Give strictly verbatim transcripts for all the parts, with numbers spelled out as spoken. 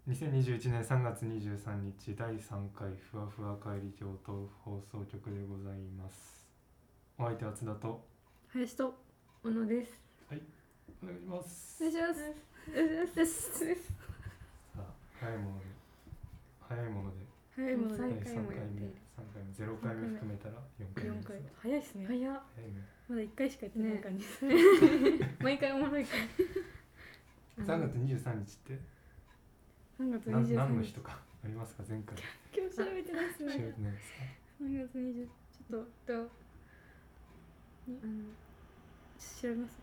にせんにじゅういちねんさんがつにじゅうさんにちだいさんかいふわふわ帰り京都放送局でございます。お相手は津田と林と小野です。 はいお願いします。 お願いします。 ですです。 さあ早いもので早いもので早いものでだい三回さんかいめもやっているさんかいめゼロかいめ含めたらよんかいめよんかいですが早いですね。 早っ。 早いね。 まだいっかいしかやってない感じです。 毎回おもろいから。 さんがつにじゅうさんにちってさんがつなにじゅうさん何のにち日とかありますか？前回今日調べてないです調べね。 てないですか？ さんがつにじゅうちょっとと、 にあの調べますね。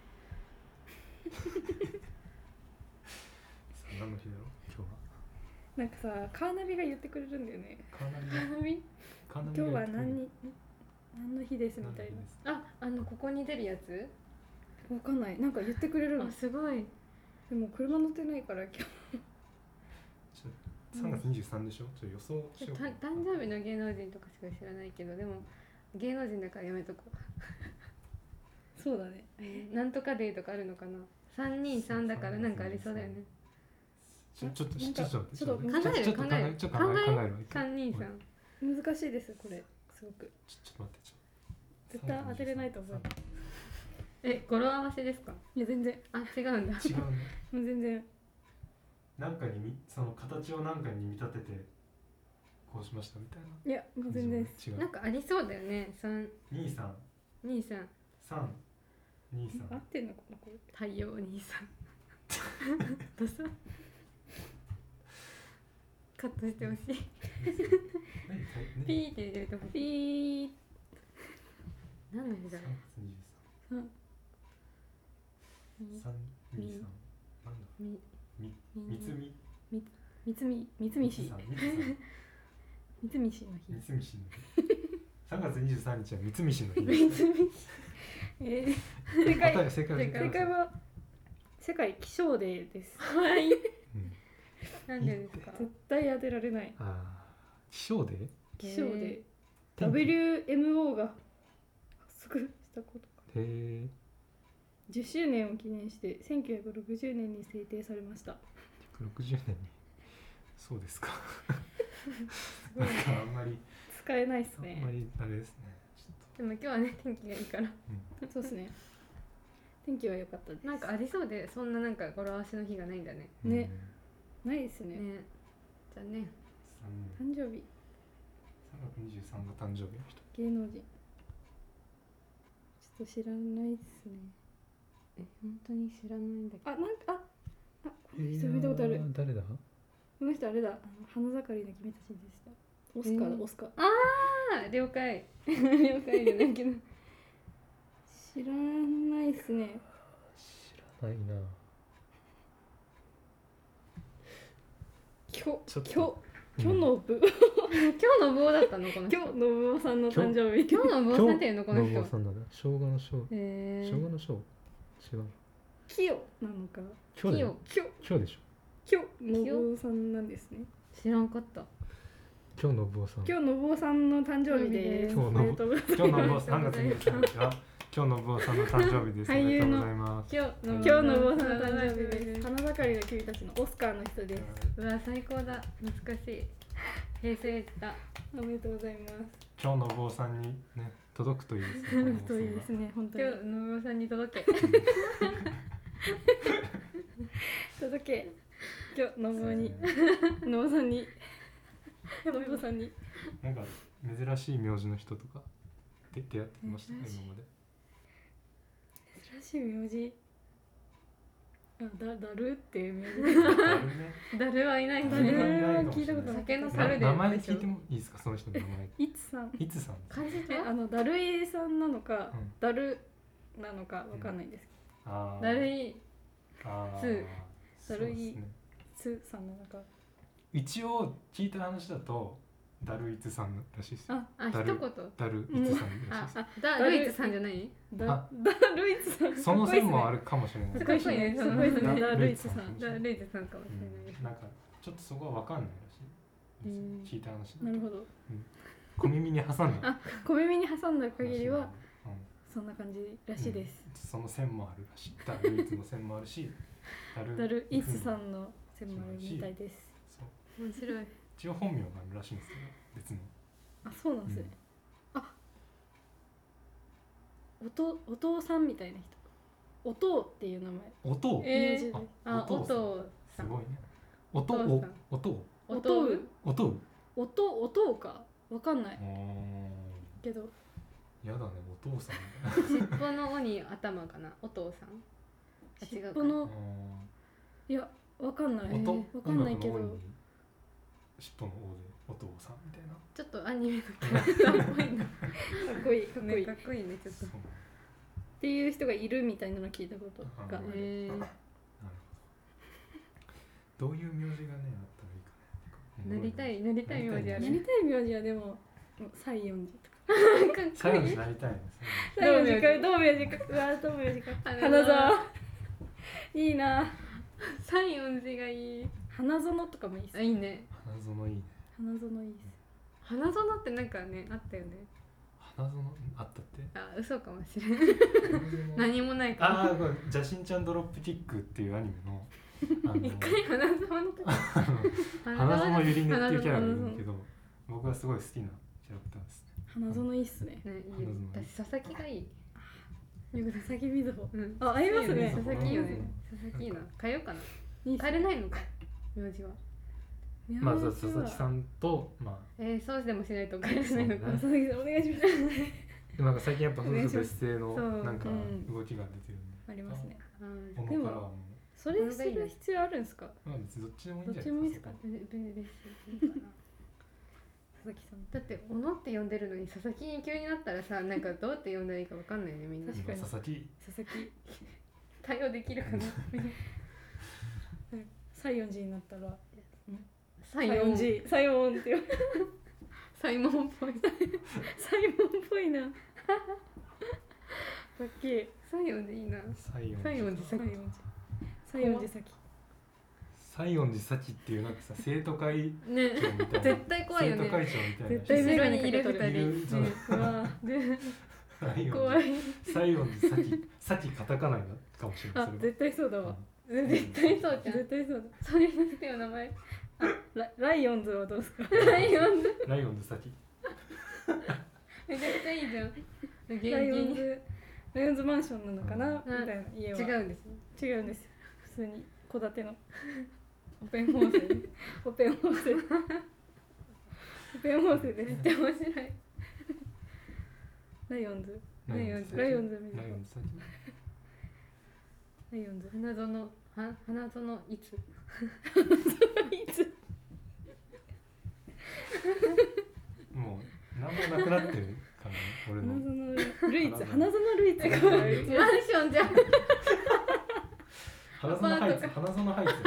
さあ何の日だろう今日は。 なんかさカーナビが言ってくれるんだよね。 カーナビ花火？ カーナビ今日はがやってくる何に何の日ですみたい何の日ですあ、あのここに出るやつ？ な。わかんない。なんか言ってくれるのあ、。すごい。 でも車乗ってないから今日。 ちょさんがつにじゅうさんでしょ。ちょっと予想しようか。 た誕生日の芸能人とかしか知らないけど、でも芸能人だからやめとこそうだね。 う。なんとかデーとかあるのかな。三人三だからなんかありそうだよね。 ちょちょっとなんかちょっとちょっとちょっとちょっと考えるちょっと考えるちょっと考え考えるわ三人三。 難しいですこれすごく。 ちょちょっと待ってちょ絶対当てれないと思う。 え、語呂合わせですか？ いや全然あ、違うんだ。 違うね。 もう全然。 なんかにみその形をなんかに見立ててこうしましたみたいないやもう全然です。 違う。 なんかありそうだよね。三にさん兄さん、 さんにさん合ってんのかなこれ。 太陽兄さん。どうした？カットしてほしい。 何ピーって入れるとほしい。 ピー。 何の日だろう。 うん。 さんにさんなんだみみみみつみ三つみ三つみしさんみつさん三つみしの日。 三つみしの日さんがつにじゅうさんにちは三つみしの日です。 えー、正解答え正解正解正解は世界気象デーです。 はい。 うんなんでですか？ 絶対当てられない。 ああ気象で気象デー。 天気ダブリューエムオー が発足したことか。 へえじゅっしゅうねんを記念してせんきゅうひゃくろくじゅうねんに制定されました。 ろくじゅうねんにそうですかなんかあんまり使えないっすあんねま。りあれですねちょっでも今日はね天気がいいから。 とうんそうですね。天気は良かったです。 なんかありそうでそんななんか語呂合わせの日がないんだね。 ねないですね。 ね。じゃあね。 三誕生日さんがつにじゅうさんが誕生日の人芸能人。ちょっと知らないっすね。 え、本当に知らないんだけど。 あなんかああこの人見たことある。 誰だこの人あれだ。あの花盛りの君たちでした。オスカーだ、 えーオスカー。 あ、了解。了解じゃないけど。 知らないっすね。 知らないなきょちょっときょきょのぶ今日の棒だったのこの人。 きょのぶおさんの誕生日。 今日の棒さんっていうのこの人。 信夫さんなんだ生姜の生へえ。 生姜の生違うきよなのか。 今日だよきょ今日でしょきょのぶおさんなんですね。 知らんかった。 今日信夫さんきょのぶおさんの誕生日です。 今日のおめでとうございます。 今日信夫さんがつにじゅうさんにちは今日信夫さんの誕生日です。 俳優のおめでとうございます。 今日の今日の坊さんの誕生日です。花盛りの君たちのオスカーの人です。 うわ最高だ。懐かしい。平成だ。 おめでとうございます。 今日信夫さんにね届くといいですね。この放送がといいですね、本当に今。日の坊さんに届け。 届け。今日のぼうに、のぼさんに、のぼさんに。 なんか珍しい名字の人とかで出会ってましたね珍しい今まで。 珍しい名字。あ、だ、だるっていう名字。 あるね。 だるはいないんだだるね。 は聞いたことない。 酒のな樽で名前聞いてもいいですかその人の名前。 いつさん。 いつさん。 漢字え、 はあの、だるいさんなのかうん、 だるなのかわかんないですあーだるい。 あーつそうだるいですねつさんなのか。 一応聞いた話だとダルイツさんらしいです。 あ、 あ、一だる言。 ダルイツさんらしいあです。、 あ、だルイツさんじゃない？ だ、 あだるいつさん。 その線もある。 るかもしれない。 かっこいいね。 かっこいいですね。 だだるいつさん。 だルイツさんかもしれないです。 うんなんかちょっとそこは分かんないらしいです。 うん聞いた話だとなるほど。 小耳に挟んだあ、小耳に挟んだ限りはうんそんな感じらしいです。 うんその線もあるらしい。ダルイツの線もあるし、ダルダルイツさんの線もあるみたいです。 そう面白い。 一応本名があるらしいんですけど別の。 あ、そうなんですね、あ、おとお父さんみたいな人、おとうっていう名前。 音を、 えーあ、 お父さん音さん。 すごいね。音お父をさん音をおとう音をおとおとうかわかんないあけど、 ーやだねお父さんみたいな。 尻尾の尾に頭かな、お父さん。あ、違うか尻尾の、 あいやわかんない、 ー音わかんないけど、 音楽の音に尻尾の王でお父さんみたいな。 ちょっとアニメのキャラクターっぽいな。 かっこいいかっこいい、 ね、 っかっこいいね、ちょっと。 そうていう人がいるみたいなの聞いたことがある。 えー、 なるほど。どういう名字がねあったらいいかね。 なりたい、なりたい名字ある。 なりたい名字はでも西園寺とか最後になりたいですね。 西園寺か道明寺か、うわ道明寺か花花沢いいな。 西園寺がいい。 花園とかもいいっすあ、いいね。 花園いいね。 花園いいっす。 花園ってなんかね、あったよね。 花園あったって。 あ、嘘かもしれない。 花園何もないかああ、これジャシンちゃんドロップキックっていうアニメのあの一回花園の時花園ゆりねっていうキャラがいるんだ花けど、僕はすごい好きなキャラクターですね。 花園いいっすね。 ね、いいよ花園。 私佐々木がいい。 よく佐々木瑞穂。 うん。 あ、合いますね。 佐々木いいよねうん。 佐々木いいな。変えようかな。 いいっす変えれないのか。名字は。 まあ名字は佐々木さんとまあえー、そうでもしないと変えれないのか。 あ、佐々木さんお願いします。 でもなんか最近やっぱ夫婦別姓のそうなんかうん動きが出てるんで、 ありますね。 うん小でも野からはもそれする必要あるんですか。 うまあ別にどっちでもいいんじゃどっちでもいいっすかないですか。 べべ別にいいかな。 佐々木さん。 だって小野って呼んでるのに佐々木に急になったらさ、なんかどうやって呼んだらいいかわかんないね、みんな。 確かに佐々木佐々木対応できるかな。 西園寺になったらサ西園寺西門ってよ。 サイモンっぽい。 西門っぽいな。さっきサイオンでいいな。 西園西園寺西園寺西園寺先。 西園寺咲っていうなんかさ生徒会ね、 長みたいな絶対怖いよね。 生徒会長みたいな絶対後ろにいる二いる人。 そうねうわで西園寺怖い。 西園寺咲咲カタカナかもしれない。それはあ、絶対そうだわ。 絶対そうじゃん。 絶対そうだ。 それにしてよ名前。 ラライオンズはどうですか。 ライオンズ。 ライオンズ咲めちゃくちゃいいじゃん。元ライオン気に。 ズライオンズマンションなのかな、 うんみたいな家は。 違うんですよ。 違うんですよ。普通に戸建てのオペンホース。 オペンホース。オペンホースです。 めっちゃ面白い。 ライオンズ。 ライオンズライオンズみたいな。 ライオンズ咲ライオンズ。 花園は花園いつ。 いつ。 もう何もなくなってるからね俺花の園ルイツ。花園ルイツが。 マンションじゃん。 花園ハイツ花園ハイツ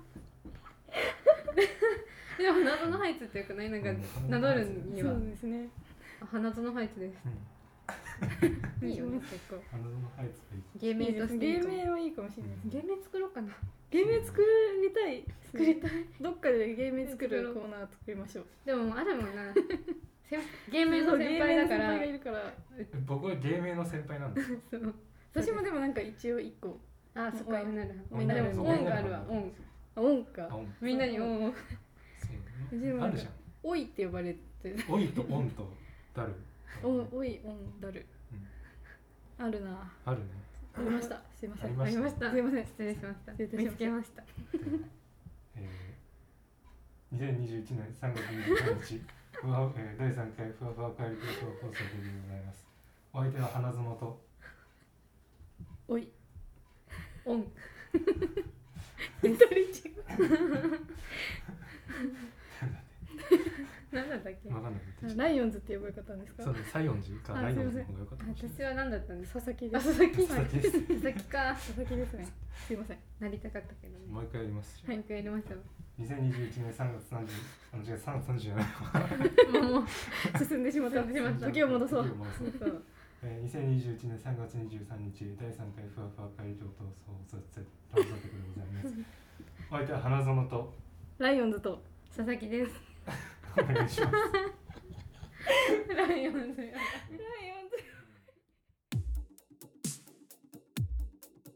でも花園ハイツってよくないなんかうん名乗るにはそうですね。 あ花園ハイツです。 うんいいよね結構。 花園ハイツがいい芸名としていい芸かも。 名はいいかもしれないです。 芸名作ろうかな。 芸名作りたい。 作りたい。 どっかで芸名作るコーナー作りましょう。 でもあるもんな。先芸名の先輩だから芸名の先輩がいるから。 僕は芸名の先輩なんですよ。 そう。 私もでもなんか一応一個。 あそっかなる。 みんなでもみんな音があるわ音。 あ、音か。 あ、音みんなに音を。 そうでもあるじゃん。 おいって呼ばれて。 おいとオンとダル。 お、おい、オン、ダル。あるな。 あるね。 ありました。すいません。 ありましありました。 すいません。 失礼しました。 失礼いたしました見つけました。 えー、にせんにじゅういちねんさんがつにじゅうさんにちふわ、えー、だいさんかいふわふわ帰り放送放送でございます。お相手は花園とおい。 音。 一人違う。 なんだったっけ。 わかんないけど。 ライオンズって呼ばれ方なんですか。 そうね、西園寺かあライオンズの方が良かったかもしれない。 私は何だったんですか。 佐々木です。 あ佐々木。 佐々木です。 佐々木か。 佐々木ですね。すいません。 なりたかったけどね。 もう一回やります。 もう一回やりました。 にせんにじゅういちねんさんがつさんじゅう、あの違うさんがつさんじゅうじゃないわ。 もうもう進んでしまった。 進んでしまった時を戻そう。 時を戻そうそう。 えー、にせんにじゅういちねんさんがつにじゅうさんにちだいさんかいふわふわ会場と放送局でございます。お相手は花園とライオンズと。 佐々木です。 お願いします。 ライオンズや。 ライオンズ。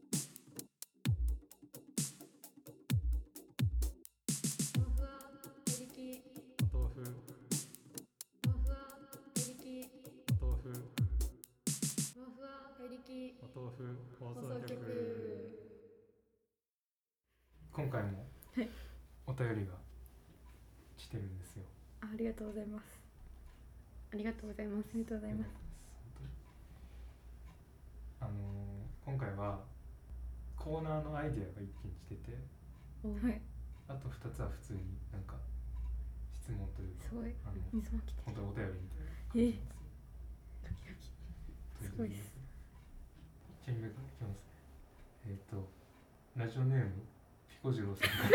ふ豆腐放送放送局。 局。今回もはいお便りが来てるんですよ。 あありがとうございます。 ありがとうございますありがとうございます。 本当にあのー今回はコーナーのアイデアが一気に来てて、 はい。 あとふたつは普通になんか質問というか、 すごいあのいつも来て本当にお便りみたいな感じなんですよ。 すごいです。 いちめんめからいきますね。えっ、ー、とラジオネームピコジローさんから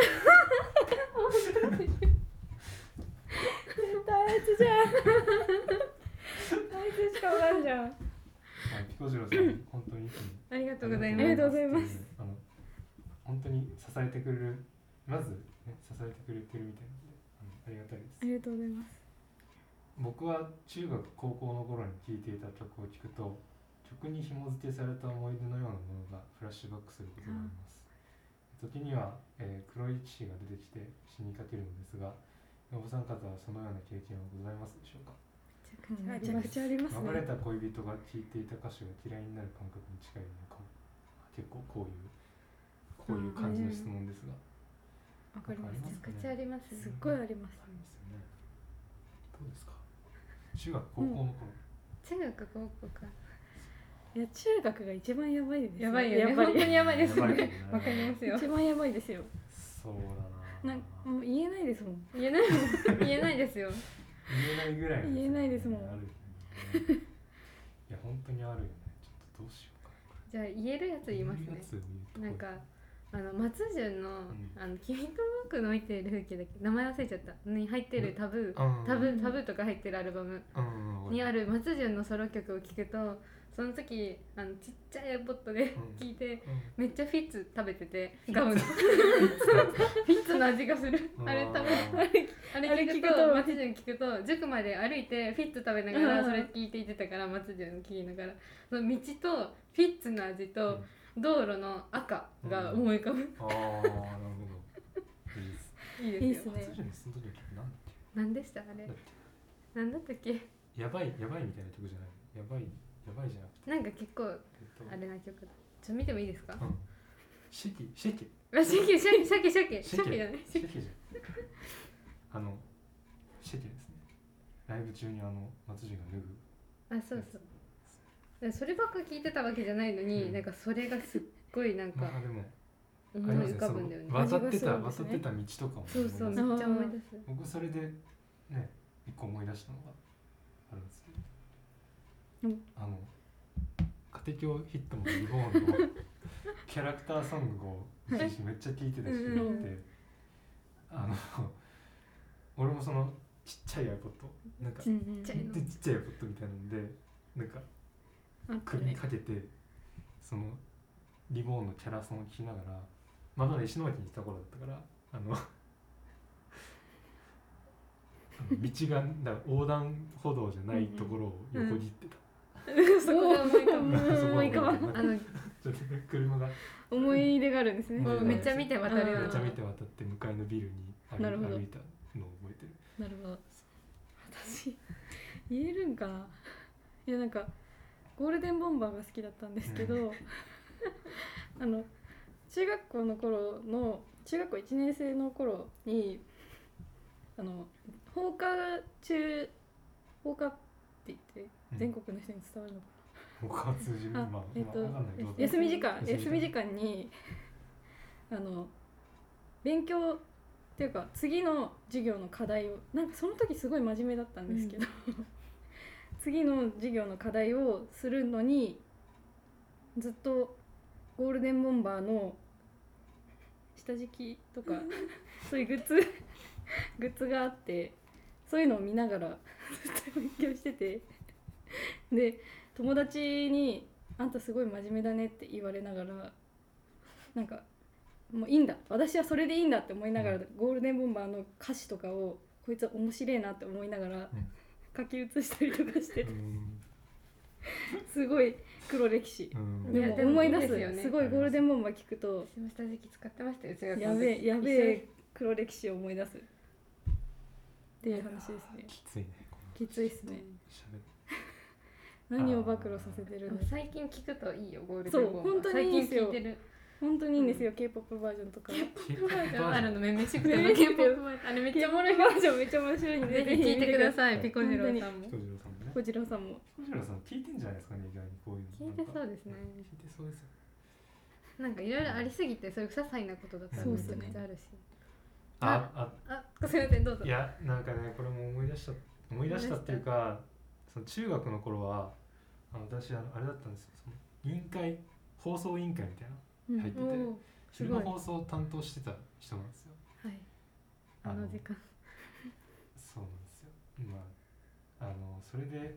絶対あいつじゃん。あいつしかおらんじゃん。 はい、ピコジローさん本当にいつもありがとうございますありがとうございますあの本当に支えてくれる、まず、ね、支えてくれてるみたいなので、あのありがたいですあ。りがとうございます。僕僕は中学高校の頃に聴いていた曲を聴くと、曲に紐付けされた思い出のようなものがフラッシュバックすることがあります。時には、えー黒い騎士が出てきて死にかけるのですが、お三方はそのような経験はございますでしょうか。 めちゃくちゃあります別れね。 た恋人が聴いていた歌手が嫌いになる感覚に近いのかも。結構こういうこういう感じの質問ですが、 わかります。 なんめちゃくちゃありますねすっごいあります。 ありますよね。どうですか。中学高校の頃、 中学高校かいや中学が一番やばいです。 やばいよねやっぱり本当にやばいですやばいよねねわかりますよ一番やばいですよ。 そうだな。 なんもう言えないですもん。 言えない言えないですよ言えないぐらいのやつ言えないですもんあるよね。いや本当にあるよね。ちょっとどうしようか。 じゃあ言えるやつ言いますね言えるやつを言うとこなんかあの松潤のん 「あの君と僕の見ている風景」だっけ名前忘れちゃったに入ってるタブーうんタブータブーとか入ってるアルバムうんうんにある松潤のソロ曲を聴くとその時あのちっちゃい iPod でうん聴いてうんめっちゃフィッツ食べててガムのフィッツの味がするあれ食べああれ聞くあれ聞くとと松潤聞くと塾まで歩いてフィッツ食べながらそれ聞いていってたから松潤聞きながらその道とフィッツの味と道路の赤が思い浮かぶ、 あーなるほど。いいです。 いいですよいいっすね初めにその時の曲なんだっ何でしたあれけ。だって何だったっけやばいやばいみたいな曲じゃない。やばいやばいじゃなくて。 なんか結構えっとあれな曲だちょっと見てもいいですかうん。シェキシェキあシャケシャケシャケシャケシシェケャケじゃないシェキじゃん。あのシェキですね。ライブ中にあの松潤が脱ぐ。 あそうそうでそればっか聞いてたわけじゃないのに、 うんなんかそれがすっごいなんかまあでも思い浮かぶんだよね、 ありますねその渡ってた、 味がするんですね渡ってた道とかもそうそうめっ思い出すちゃ思い出す僕それでね一個思い出したのがあるんですけど、 うんあの家庭教ヒットのリボーンのキャラクターソングを一時めっちゃ聴いてたし、 うんうんであの俺もそのちっちゃい iPod なんかうんうんちっちゃいのでちっちゃい iPod みたいなのでなんかあった首にね。 かけてそのリボーンのキャラソンを聴きながらまだ石巻に来た頃だったからあのあの道がだから横断歩道じゃないところを横切ってた、 そこが思い浮かぶうんそこ思い浮かばんなんかあのちょっとね車が思い出があるんですね。 もうめっちゃ見て渡るよううんなめっちゃ見て渡って向かいのビルに歩なるほど歩いたのを覚えてる。 なるほど。私言えるんかな。いやなんかゴールデンボンバーが好きだったんですけど、あの中学校の頃の中学校いちねん生の頃にあの放課中放課って言ってうん全国の人に伝わるのか他は通じるな。 まあ、 あえっとまあ、わかんないどうぞ休み時間休み時間休み時間にあの勉強っていうか次の授業の課題をなんかその時すごい真面目だったんですけど、次の授業の課題をするのにずっとゴールデンボンバーの下敷きとかそういうグッズグッズがあってそういうのを見ながらずっと勉強しててで友達に「あんたすごい真面目だね」って言われながらなんかもういいんだ私はそれでいいんだって思いながら、 うんゴールデンボンバーの歌詞とかをこいつは面白いなって思いながら、 うん書き写したりとかしてう、んすごい黒歴史、 うんでいやでもも思い出すいいですよねすごいゴールデンボンバー聞くと私も下敷き使ってましたよ中学やべえやべえ黒歴史を思い出すっていう話ですね。 きついねこのきついっすね。 しゃべ何を暴露させてるんですか。 最近聞くといいよゴールデンそうボンバー本当にいいんですよ最近聞いてる本当にいいんですよ、K-ポップ バージョンとか。 K-ポップバージョンあるのめめしくてめのめしく K-ポップバージョンあれめっちゃおもろい K-ポップ バージョンめっちゃ面白いんでぜひ聞いてくださいぜひピコジローさんも彦次郎さんもねこちらさんも彦次郎さん聞いてんじゃないですかね、意外にこういうの聞いてそうですね聞いてそうですよ。 なんかいろいろありすぎてそういう些細なことだったらめちゃくちゃあるしあああすいませんどうぞいやなんかねこれも思い出した思い出したっていうか、その中学の頃はあの私あのあれだったんですよ、その委員会放送委員会みたいなうん入ってて、 おーす昼ごいの放送を担当してた人なんですよ。 はいあの時間そうなんですよ。まああのそれで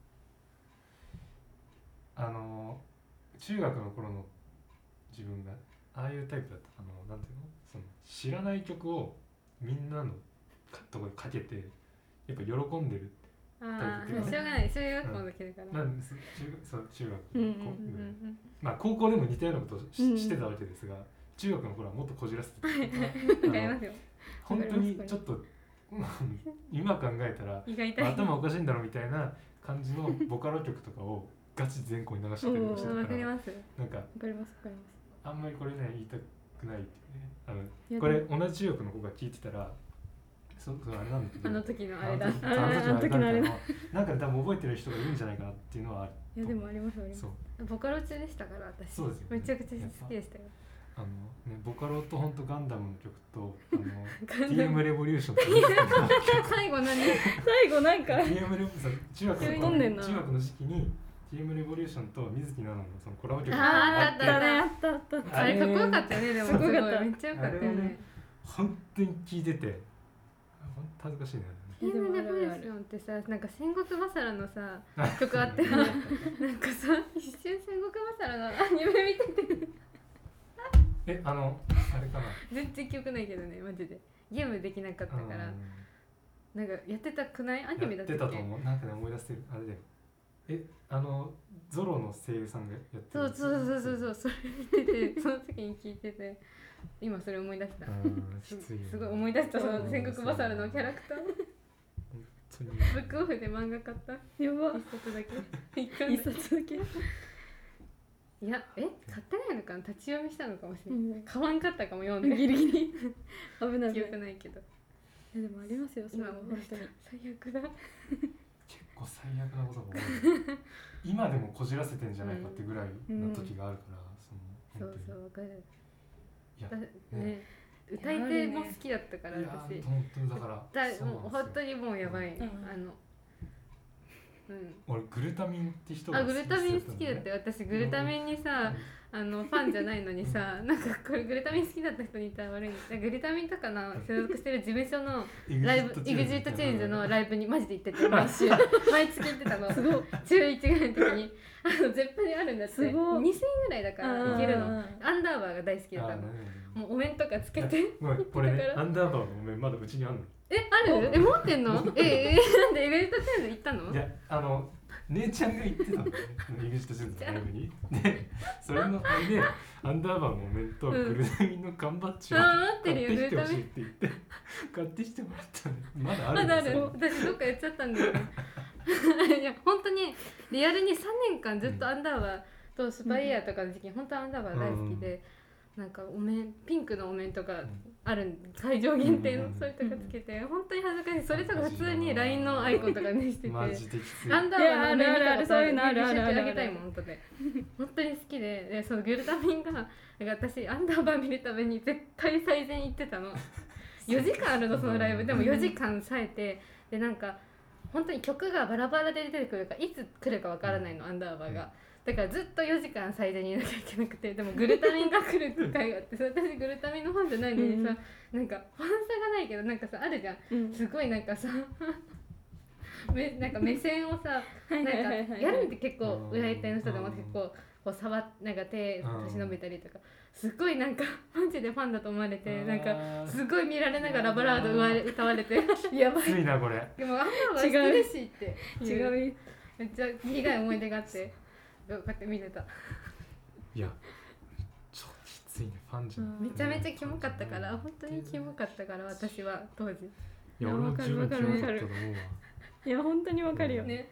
あの中学の頃の自分がああいうタイプだったあのなんていうの、その知らない曲をみんなのかとこでかけてやっぱ喜んでるああしょうタイプっていうかねがない中学校の時だからなんです中学そう中学、 うんうんこうんうんまあ高校でも似たようなことをし,、 うんしてたわけですが、中学の頃はもっとこじらせてたうんわかりますよ本当にちょっと今考えたら胃が痛い頭おかしいんだろみたいな感じのボカロ曲とかをガチ全校に流してたりとかしてわたから、 かりますなんかわかりますわかります。 あんまりこれね言いたくないっていうね、あのいやこれ同じ中学の子が聞いてたらそそうあれなんだけどあの時のあれだあの時あの時のあれだなんか多分覚えてる人がいるんじゃないかなっていうのはある。 いやでもありますあります。 そうボカロ中でしたから私そうですよねめちゃくちゃ好きでしたよあのねボカロと本当ガンダムの曲とあのガンダムティーエム レボリューションっていう最後何最後なんかティーエム レボ中学の飛んでんな中学の時期に ティーエム レボリューションと水木奈々のそのコラボ曲あーがあったあったねあったあったあったあれかっこよかったよねでもすごかっためっちゃよかったよね本当に聴いてて本当恥ずかしいね。 ティーエムレボリューションってさなんか戦国バサラのさ曲あってなんかさ一瞬戦国バサラのアニメ見ててえあのあれかな全然記憶ないけどねマジでゲームできなかったからなんかやってたくないアニメだったっけやってたと思う。なんかね思い出せるあれだよ。えあのゾロの声優さんがやってるそうそうそうそうそうそれ見ててその時に聞いてて今それ思い出したうんすきついよねすごい思い出したその戦国バサラのキャラクター本当にブックオフで漫画買ったやば一冊だけ一巻一冊だけ。 いやえ買ってないのかな立ち読みしたのかもしれない、 うん買わんかったかも読んでギリギリ危ない危記ない。 憶ないけどいやでもありますよそれ今は本当に。 最悪だ結構最悪なことが多い今でもこじらせてんじゃないかってぐらいの時があるから、そのそう本当にそうわかるいやだねね歌い手も好きだったからいや私本当にだからだもう本当にもうやばい、 うんあのうん俺グルタミンって人があグルタミン好きだっよて私グルタミンにさあのファンじゃないのにさなんかこれグルタミン好きだった人に言ったら悪いんですグルタミンとかの所属してる事務所のライブ エグジットチェンジのライブにマジで行ってて毎週毎月行ってたのすごい中いちぐらいの時にあの絶対にあるんだってすごいにせんえんぐらいだから行けるのあアンダーバーが大好きだったのもうお面とかつけてごめんこれねだからアンダーバーのお面まだうちにあんの。 えあるえ持ってんのええなんでエグジットチェンジ行ったのいやあの姉ちゃんが言ってたのねイグジットチェンジのライブにでそれのあれでアンダーバーのお面とグルタミンの缶バッジをあー持って買るよってきてほしいって言って買ってきてもらったのまだあるまだあるんですよ。 私どっかやっちゃったんだよねいや本当にリアルにさんねんかんずっとアンダーバーとスパイエアとかの時期、うん、本当アンダーバー大好きで、うん、なんかお面ピンクのお面とかある会場限定のうんそういうとかつけて、うん、本当に恥ずかしいそれとか普通に ライン のアイコンとかにしててマジできつい。 アンダーバーのお面見たことあるそういうのあるあるあるあるあげたいもん本当で本当に好きででそのグルタミンがなんか私アンダーバー見るために絶対最善行ってたのよじかんあるのそのライブでもよじかんさえてでなんか本当に曲がバラバラで出てくるからいつ来るかわからないのアンダーバーがだからずっとよじかん最善にいなきゃいけなくてでもグルタミンが来る機会があって私グルタミンのファンじゃないのにさ、うん、なんかファン差がないけどなんかさあるじゃん、うん、すごいなんかさめなんか目線をさなんかやるんって結構裏一体の人でも結構こう触っなんか手差し伸べたりとかすごいなんかマジでファンだと思われてなんかすごい見られながらバラード歌われてやばいきついなこれ。 でもあんなは好きでしって違うめっちゃ苦い思い出があってこうやって見てたいやちょっときついねファンじゃん。 めちゃめちゃキモかったから本当にキモかったから私は当時いや俺も十分キモかったと思うわ。 いや本当にわかるよ、 ね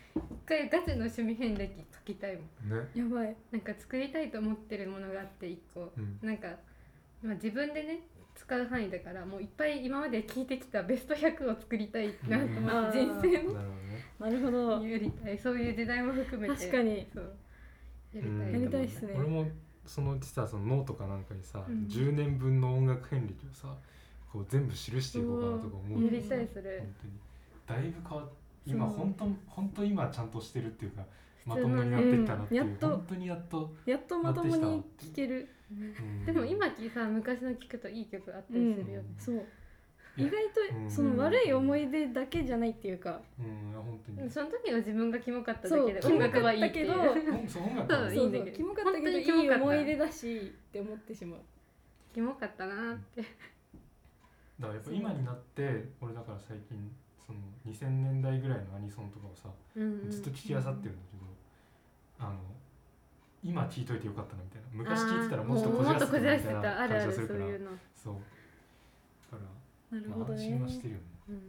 一回ガチの趣味遍歴書きたいもん。 ね、 やばい。 なんか作りたいと思ってるものがあって一個、 うん、 なんか、まあ、自分でね使う範囲だからもういっぱい今まで聞いてきたベストひゃくを作りたいなと思って、 うん人生のなるほどね。 なるほど。 やりたい、そういう時代も含めて確かにそうやりたいとうん思う、 やりたいっすね俺もその実はそのノートかなんかにさ、 うんじゅうねんぶんの音楽遍歴をさこう全部記していこうかなとか思うやりたいそれ。 本当にだいぶ変わっ今そう本当本当今ちゃんとしてるっていうかま普通のねともになってきたなっていう、 うんやっと本当にやっと、 やっとまともに聴ける。 うんでも今さ昔の聞くといい曲あったりするよね、 そう。 いや意外うんとその悪い思い出だけじゃないっていうか、 うんいや本当にその時の自分がキモかっただそうけで音楽はいいっていうキモかったけうんそう音楽はそうそういいんだけどそうキモかったけど本当にキモかったいい思い出だしって思ってしまう。 キモかったなって、 だからやっぱ今になって俺だから最近そのにせんねんだいぐらいのアニソンとかをさうんうんずっと聞きあさってるんだけど、あの今聞いといてよかったなみたいな、昔聞いてたらもうちょっとこじらせてもっとこじらせてたみたいなた、あるある感じがするから、 そういうの、 そうだからなるほどねまあ安心。はしてるよね。 うん、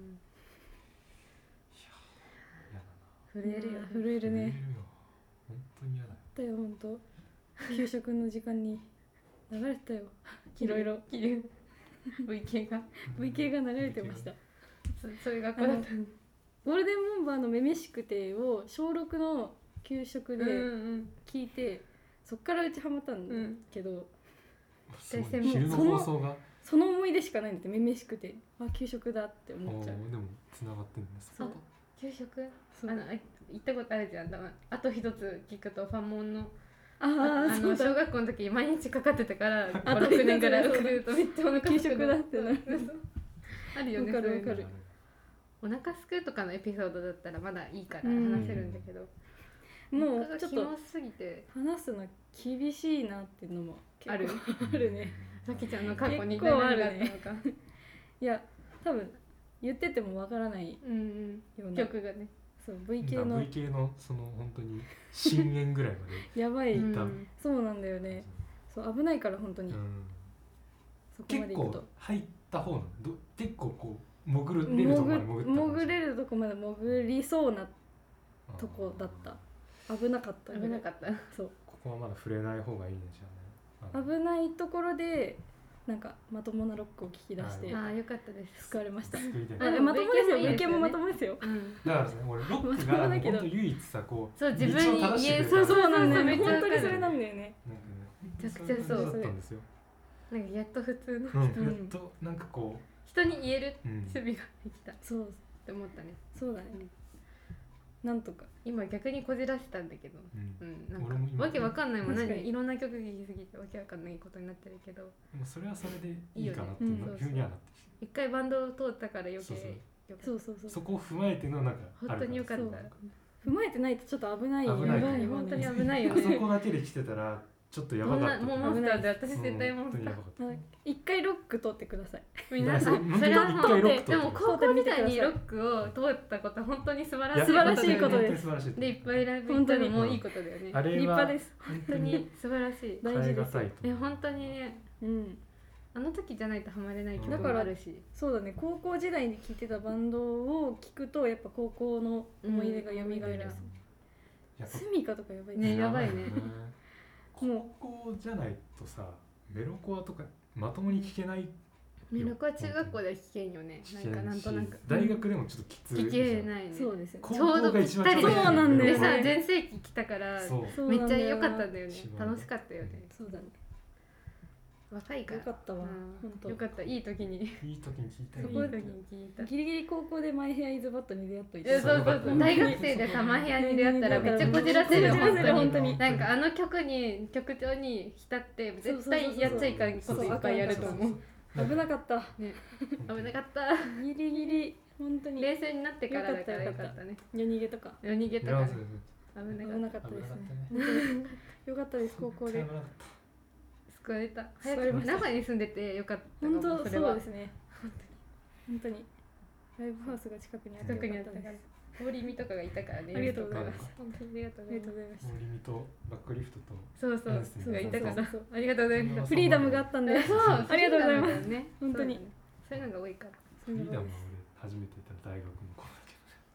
嫌だな。 震えるよ、 震えるね。 震えるよ本当に嫌だよ。 だよ本当。給食の時間に流れてたよ。いろいろ切る ブイケー がブイケー が流れてました。 そそういう学校だったんゴールデンボンバーのめめしくてを小ろくの給食でうんうん聞いて、そっからうちハマったんだけど、 すごいでも昼のその放送がその思い出しかないんだって。めめしくて、あ給食だってお思っちゃう。 ーでも繋がってるんですそう給食そうあのあ行ったことあるじゃん。だからあと一つ聞くとファンモンのあああそうだ。 の小学校の時毎日かかってたからあごろくねんぐらいそうだ送るとめっちゃお腹給食だってなる。 あるよね。 わかるそういうのわかるお腹すくとかのエピソードだったらまだいいからうん話せるんだけど、 もうちょっとキモすぎて話すの厳しいなっていうのも結構あるあるね。 さきちゃんの過去に結構あるね何があったのか、 いや多分言っててもわからないうんうん、 ような曲がねそう ブイ 系だからのブイケー のその本当に深淵ぐらいまでやばい、 うんうんそうなんだよね。そう危ないから本当に、 うんそこま結構で行くと入った方なのど結構こう潜るれるとこまで潜った潜潜れるとこまで潜りそうなとこだった。危なかった危なかったそうここはまだ触れない方がいいねじゃあね。 危ないところでなんかまともなロックを聞き出してああよかったです救われました。 救いたいああまともですよ。 ブイケーブイケーももいいですよねまともですよ。 うんだからさ俺ロックまとがもだけど本当唯一さこうそう自分に道を正してくれた言えそうそうなんだよね。 めっちゃわかる本当にそれなんだよね。 なんかねめちゃくちゃそう本当にだったんですよ。 なんかやっと普通のうん、 人にやっとなんかこ人に言えるう、うん、 守備ができたっそうて思ったね。 そうだね。なんとか。 今逆にこじらせたんだけど、 うんうん、なん俺も今かわけわかんないもん確かに何いろんな曲聴きすぎてわけわかんないことになってるけど、 でもそれはそれでいいかなっていういいよねふうにはなってきて、 一回バンドを通ったから余計そうそうよかったそうそうそう。 そこを踏まえてのなんかある本当によかった。 そう踏まえてないとちょっと危ないよね。 危ないやばい今ね本当に危ないよね。 そこだけで来てたらちょっとやばかったもうモンスターで私絶対モンスター。 本当にやばかったあ一回ロック取ってください。 いや皆さんそそれは本当に一回ロックでも取って高校時代にロックを通ったことは本当に素晴らしい素晴らしいこと本当ですに素晴らしいでいっぱいライブ行ったのもいいことだよね。 あれは立派です。 本本当に素晴らしい。 大事ですよ。 え本当にねうん。 あの時じゃないとハマれない曲だからもあるし。 そうだね。高校時代に聴いてたバンドを聞くとやっぱ高校の思い出が蘇る。 うんやっぱスミカとかやばいねやばいね高校じゃないとさメロコアとかまともに聴けないメロコは中学校では聴けんよね。なんかなんとなく大学でもちょっときつい聴けないね。 そうですよ。 高ちょうど校が一番ぴったりそうなんだよねでさ全盛期来たからそうそうめっちゃなんだよな良かったんだよね一。番楽しかったよね。 そうだね。 若いから。 よかったわ。 うん本当よ。かったいい時にいいいい時に聴いたそこで時に聞いた。 ギリギリ高校でマイヘアイズバットに出会っといて。 いやそうそうそう大学生でさマヘアに出会ったらめっちゃこじらせるこじらせる本当に本当に。 なんかあの曲に曲調に浸って絶対やっちゃいかんこといっぱいやると思う。 危なかった。 ね危なかった。 ギリギリ本当に。 冷静になってからだからよよかったかったね。 夜逃げとか。 夜逃げいやとかねそう危な危かった。 なかったですね。 危なか本当によかったです高校で危。なかった救われた。早く救われました長に住んでてよかったかも。 本当それはそうですね。本当にライブハウスが近くにあって近くにあよかったです。 ったから。氷見とかがいたからね。 ありがとうございます本当にありがとうありございます。 がとうございました。 モーリミとバックリフトとそうそうそうがいたからそうそうそうありがとうございます。 フリーダムがあったんで。 そうありがとうございます。 ね。 本当にそうだねそういうのが多いから。 フリーダムは俺初めて行った大学の頃だけ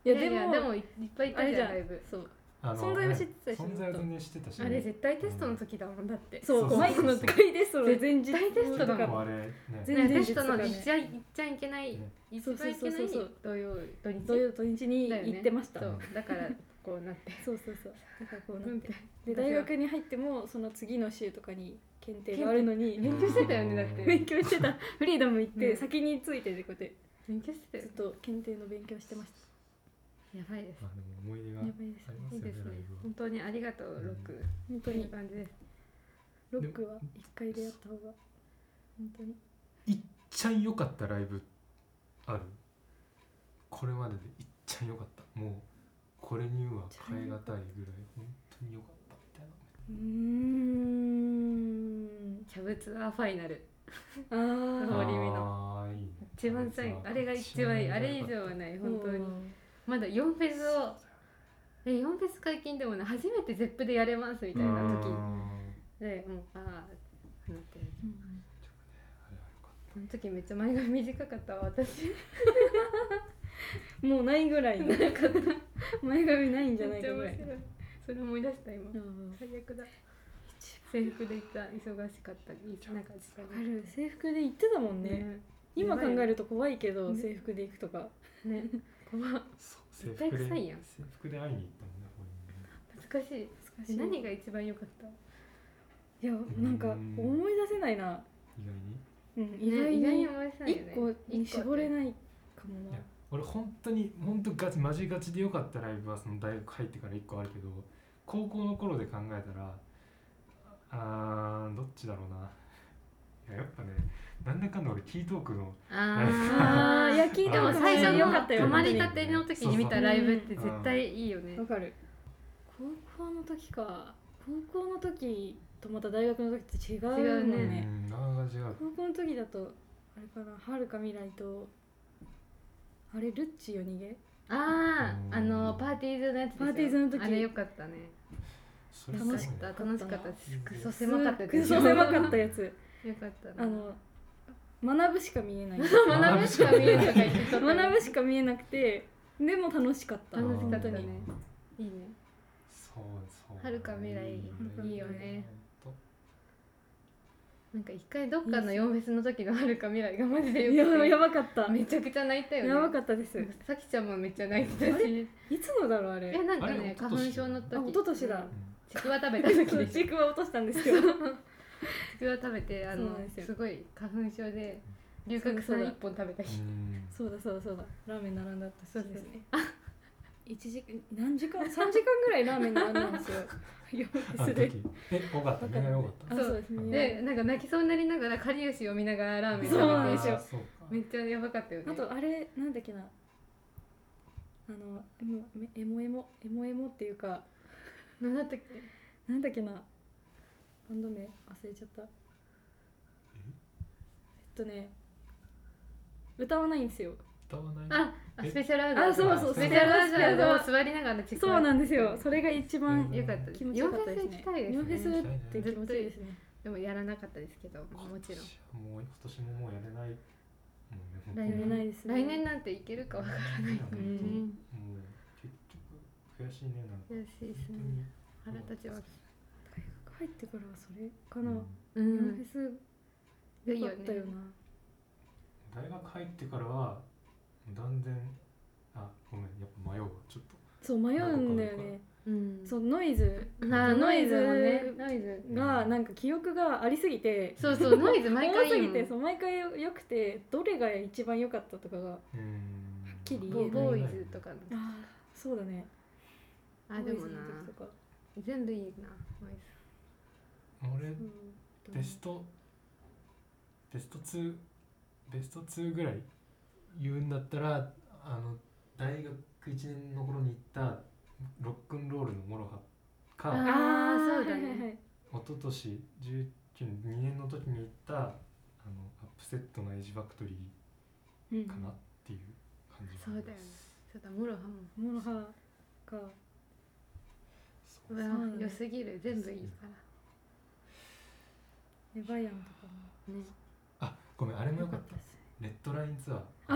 いやでもでもいっぱいいたあれじゃんじゃんライブ。 そうあの存在は知ってたしね存在は全然知ってたし、 あれ絶対テストの時だもんだって。 そうそうそう毎そう回テストの前日絶対テストだもんもうあれね全然ねテストの実とかね行っちゃい行っちゃいけないね一番いけないそうそうそうそう土曜土日土曜土日にだよね行ってましたそうだからこうなってそうそうそうだからこうなってなんてで大学に入ってもその次の週とかに検定があるのに勉強してたよねだって勉強してたフリーダム行ってね先についてでこうやって勉強してたよずっと検定の勉強してましたやばいですまあでも思い出がやばいですありますいいですねよねライブは本当にありがとうロックとい本当にう感じですロックは一回出会った方が本当にいっちゃん良かったライブある？これまででいっちゃん良かった、もうこれには変え難いぐらい本当に良かったみたいな。 うーんキャブツアーファイナルあ森見のあーいいね一番最後あれが一番いいあれ以上はないあ本当にまだよんフェスをえよんフェス解禁でもね初めてゼップでやれますみたいな時でもうああなってるその時めっちゃ前髪短かったわ私もうないぐらいなかった前髪ないんじゃないかぐらいめっちゃ面白いそれ思い出した今うん最悪だ制服で行った忙しかったりなんか時間ある制服で行ってたもんね今考えると怖いけどね制服で行くとかね怖っそう絶対制服で臭いやん制服で会いに行ったもんねこ懐かしい難しいえ何が一番良かったいやなんか思い出せないなれに意外にうん意外意外にに思い出せないよね一個に絞れないかもいやな俺本当に本当ガチマジガチで良かったライブはその大学入ってからいっこあるけど高校の頃で考えたらあーどっちだろうな。いややっぱねなんだかんだ俺キートークのああーいや聞いでたことも最初良かったよの泊まり本たての時に見たライブって絶対いいよね当にわかる高校の時か高校の時とまた大学の時って違うもん違ううねん側が違う。 高校の時だとあれかなはるか未来とあれルッチ夜逃げあうんああのパーティーズのやつですよパーティーズの時あれ良かったねそれ楽しかったすごいね楽しかったですクソす狭かったくですそ狭かったやつよかったあなの学ぶしか見えない学ぶしか見えないとか言ってた学ぶしか見えなくてでも楽しかった楽しかった本当ねにいいねそうそうはるか未来いいよねほんとなんか一回どっかのよんフェスの時のはるか未来がマジでいやよくてやばかっためちゃくちゃ泣いたよねやばかったですさきちゃんもめっちゃ泣いてたしいつのだろうあれえなんかあれね花一昨年粉症の時あ一昨年だうんちくわ食べた時でしちくわ落としたんですよちくわ食べてあのそうなんですよすごい花粉症で龍角散一本食べた日うんそうだそうだそうだラーメン並んだったそうそうですね一時間何時間さんじかんぐらいラーメン並んだんですよよあのそれ時え多かった目が良かったあそうそうですねでなんか泣きそうになりながらかりゆしを見ながらラーメン食そうなんべてですよあーそうかめっちゃやばかったよねあとあれなんだっけなあのエモエモエモエモエモっていうかなんだったっけなんだっけなバンド名忘れちゃったえっとね歌わないんですよ歌わないああえスペシャルアウダーあそうそうスペシャルアウダーをスペシャル座りながらチェックそうなんですよそれが一番うんよかったです気持ちよかったですねよんフェス行きたいですねよんフェスって気持ちいいですねでもやらなかったですけどもちろんもう今年ももうやれないもんね来やれ年ないですね来年なんていけるかわからないからねうんもう結局悔しいねなんか悔しいですね腹立ちます大学入ってからはそれかな、 うんうんヨンフェスよかったよな大学入ってからは断然あごめんやっぱ迷うわちょっとそう迷うんだよねうんそうノイズあーノイズもねノノイズがなんか記憶がありすぎてそうそうノイズ毎回多すいいもんぎてそう毎回よよくてどれが一番良かったとかがあうんっきり言えないボボーイズとかのあそうだねあでもなノイズの時とか全部いいなノイ俺うんベストベストツーベストツーぐらい言うんだったらあの大学いちねんの頃に行ったロックンロールのモロハかああーそうだねはいはいはい一昨年じゅうきゅうねんにねんの時に行ったあのアップセットのエイジファクトリうんーかなっていう感じがそうだよねそうだモロハもモロハかそううわそうね良すぎる全部いいからレバイアンとかもねあごめんあれもよかったですレッドラインツアーあ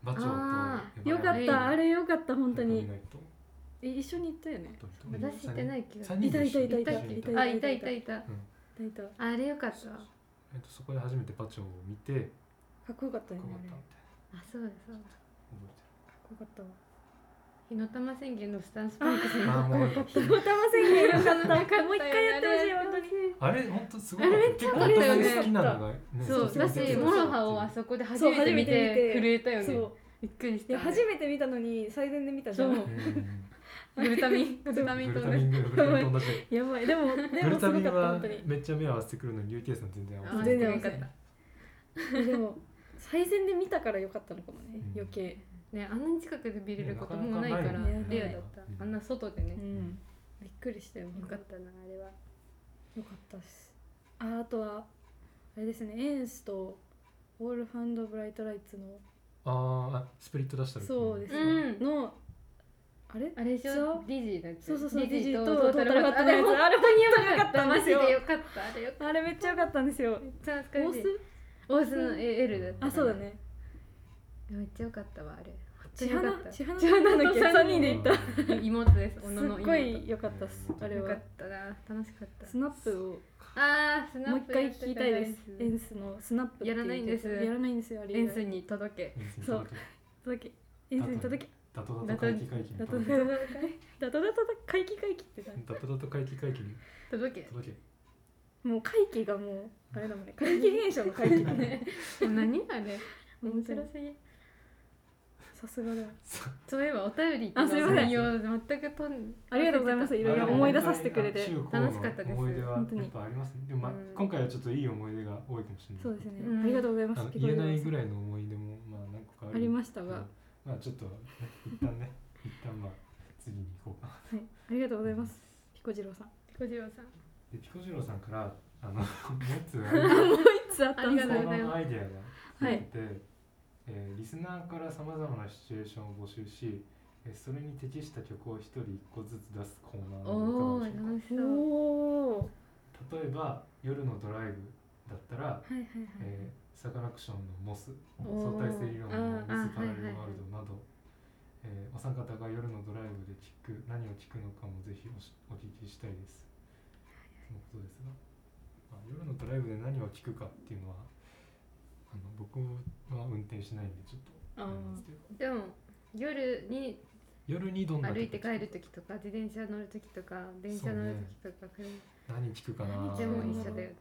馬長とあエヴァよかっえた、あれよかった本当に。 見ないとえ一緒に行ったよね。 私行ってない気がす三る人で一緒にいたいたいた一緒にいたあいたいたいたいたいた。かあれよかったわえっとそこで初めて馬長を見てっこよかったよこうねあれ。 だったみたいあそうだそうだな覚かっこよかったわ。 火の玉宣言のスタンスパンクスにえてるあーもう火の玉宣言よかった。もう一回やってほしい本当に。 あれ本当すごかったあれめっちゃ結構良かったよね私好きなのがねそうだし卒業でモロハをあそこで初めて見そう初めて見てて震えたよねそう。 びっくりしいやた初めて見たのに最善で見たじゃん。 そううんグルタミングルタミングと同じルタミンググルタミンと同じやばいでもでグルもすごかったタミンは本当に。 めっちゃ目を合わせてくるのに ユーティーエス は全然合わせあて全然よかったでも最善で見たからよかったのかもね、 うん余計。 ねあんなに近くで見れることもうないからなかなかないよねレアだったあんな外でねうん。びっくりしたよ。 よかったなあれはよかったです。ああとはあれですね、エンスとウォールファンドブライトライツのあーあスプリット出した時そうですね、 うんのあれあれでしそうょディジーのやつそうそうそうディジーとディジーとトータルバットのやつトータルバットのやつあれ本当によかっあれ本当によかったたんマですよジでよかったあれよあれめっちゃ良かったんですよ。 めっちゃオー懐かしいスオースの L だったあそうだね。 めっちゃよかったわあれ千よかった花千花なんだっけ千花と三人で行った。 た妹です小す野の妹っごい良かったっすあれはよかっ。たな楽しかったスナップをあースナもう一回ップやってた聞きたいです。エやンスのスナップっていうやらないんですやらないんですよあれ。 つエンスに届けそう届けエンスに届け。 ダトダト回帰回帰にダト届けダトダト回帰回帰って何？ ダトダト回帰回帰に届け届けもう回帰がもうあれだもんね。怪奇現象の回帰だね。 もう何あれ面白すぎさすがだ。 そういえばお便りあすいません内容全くとんありがとうございます。いろいろ思い出させてくれて。 中高楽しかったですの思い出は本当にやっぱありますねでも、まあうん今回はちょっといい思い出が多いかもしれないそうですね、 うんありがとうございますあの。言えないぐらいらいの思い出もまあ何個かあるありましたが、はまあちょっと、ね、一旦ね一旦まあ次に行こうかな。 い、ありがとうございます。ピコジローさん。 ピコジローさんでピコジローさんからあのもう一つもう一つあったんですね。 ありがとうございますのアイデアが出てて、えーリスナーからさまざまなシチュエーションを募集し、えーそれに適した曲を一人一個ずつ出すコーナーおおのいかがでしょう楽しそうおお。 か。例えば夜のドライブだったら、 はいはいはい。 えーサカナクションのモスおー相対性理論のミあースパラレルあワールドなど、えーお三方が夜のドライブで聞く何を聞くのかもぜひおしお聞きしたいですとのことですが、まあ、夜のドライブで何を聞くかっていうのはあの僕は運転しないんでちょっとあれなんですけど、 でも夜に夜にどんな曲歩いて帰る時とか自転車乗る時とか電車乗る時とか車何聞くかな何でも一緒だよね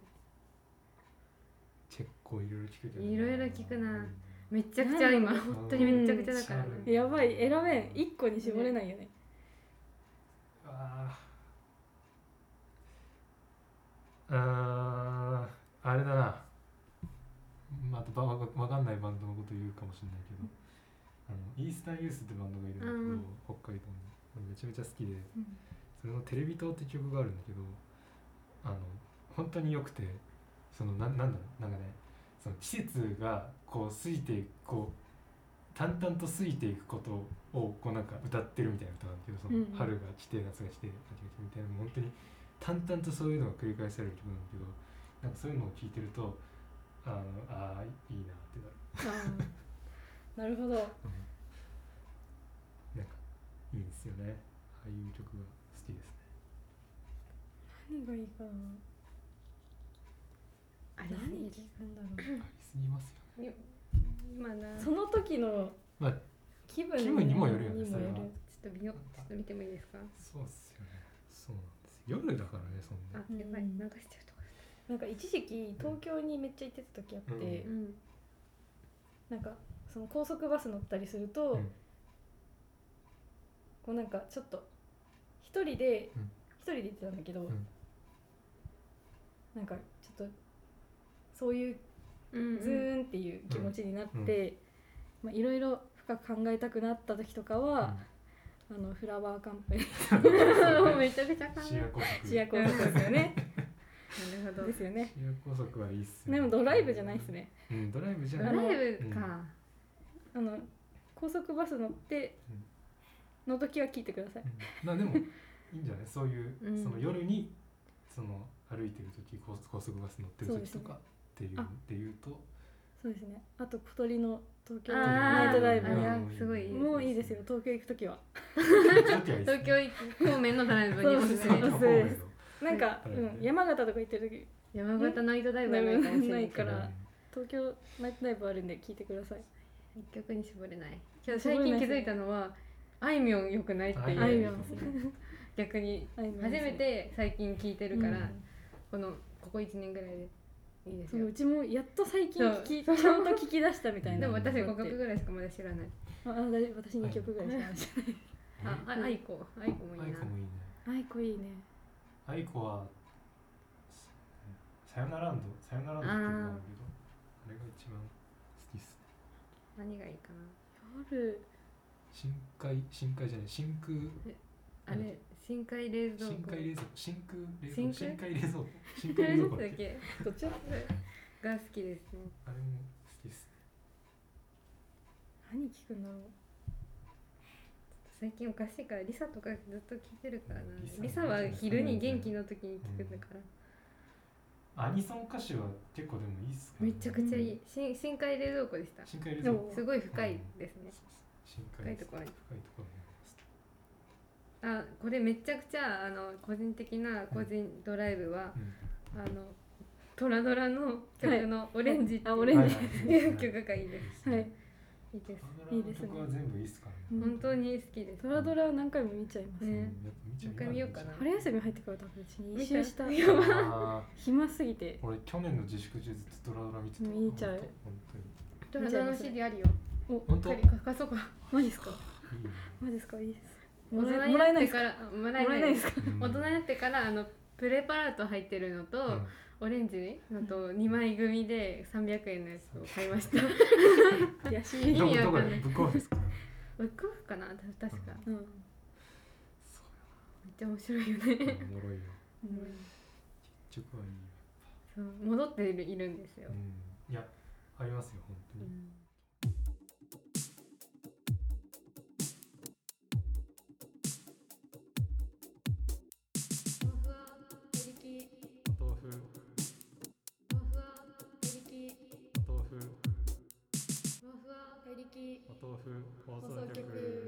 結構いろいろ聞くけどいろいろ聞くなうんめちゃくちゃ今なんだ本当にめちゃくちゃだからうんねやばい、選べん。一個に絞れないよね。 あーあーあれだなまたばわわかんないバンドのこと言うかもしれないけどあのイースタンユースってバンドがいるんだけど、 うん北海道に俺めちゃめちゃ好きでうんそれの「テレビ塔」って曲があるんだけどあの本当によくてそのななんだろうなんかねその季節がこう過ぎていくこう淡々と過ぎていくことをこうなんか歌ってるみたいな歌なんだけどそのうん春が来て夏が来て秋が来てみたいな本当に淡々とそういうのが繰り返される曲なんだけどなんかそういうのを聴いてるとあのあーいいなってなる、 あーなるほど。 うん、なんかいいんですよねああいう曲が好きですね何がいいかな。 あれ何聞くんだろありすぎますよね今なう。その時のまあ気分気分にもよるよねにもよるそれはちょっと見よちょっと見てもいいですかそうっすよねそうなんです夜だからねそんあなうんやばい流しちゃうとこなんか一時期東京にめっちゃ行ってた時あって、 うんうんなんかその高速バス乗ったりすると、 うんこうなんかちょっと一人でうん一人で行ってたんだけど、 んなんかちょっとそういううんズーンっていう気持ちになって、まあいろいろ深く考えたくなった時とかは、あのフラワーカンパニーめちゃくちゃ考シアえ高速シア高速ですよねなるほどですよね。 シア高速はいいっすよねでもドライブじゃないですね。 うんドライブじゃドないライブかあの高速バス乗っての時は聞いてください。 うんまあでもいいんじゃないそういう、 うんその夜にその歩いてる時高高速バス乗ってる時とかっていうあっていうとそうですね。あと小鳥の東京あーナイトダイあれはブすごいいいもういいですよ。東京行くときは東京方面のドライブにおすすめそうそうですすなんか、 うんうん、山形とか行ってるとき山形ナイトダイブはないかもしれないけどないから東京ナイトダイブあるんで聞いてください。 一曲に絞れないけど最近気づいたのはあいみょん良くないっていあいうみょん逆にあいみょん初めて最近聞いてるから、 うんこのここいちねんぐらいでいいですよそううちもやっと最近聞きそうちゃんと聞き出したみたいな。 でも私ごきょくぐらいしかまだ知らないああ大丈夫私にきょくぐらいしかないしあああいこあいこもいいなアイコもいいね。 あいこいいね。 アイコはさよならランドさよならランドっていうのがあるけど、あれが一番好きっすね。 何がいいかな夜深海深海じゃない真空あれ深海冷蔵庫深海冷蔵庫真空冷蔵庫真空深海冷蔵庫深海冷蔵庫だっけだっけどっちだが好きですねあれも好きっすね。 何聞くんだろう。 最近おかしいからリサとかずっと聞いてるからなリサリサは昼に元気の時に聞くんだから、 アニソン歌手は結構でもいいっすかめちゃくちゃいい、し深海冷蔵庫でした深海冷蔵庫すごい深いですね、 深深いところに深いところにあこれめちゃくちゃあの個人的な個人ドライブは、 うんあのトラドラの曲の「オレンジ」っていうあオレンジいう曲がいいですはいいいですいいですね曲は全部いいっすからね。 うん本当に好きですドラドラ何回も見ちゃいます。 ねうんやっぱ見ちゃもう一回見ようかな春休み入ってから多分うちに一周した見たあ暇すぎてー俺去年の自粛中ずっとドラドラ見てた。 見ちゃう本当にトラドラの シーディー あるよお本当借りかそうかマジですかいいね。 マジですかいいです大もらえ人にもらえないですかなってからもらえもらえなでないいですすかうん大人になってからあのプレパラート入ってるのと、 うんオレンジのとにまい組でさんびゃくえんのやつを買いました安い意味わどこかんないどこでブックオフですか。 ブックオフかなた確か、 うんめっちゃ面白いよね、 おもろいよ。 うん結局はいいよ。 そう戻っているいるんですよ、 うんいやありますよ本当に。 うんお豆腐お豆腐お豆腐放送局。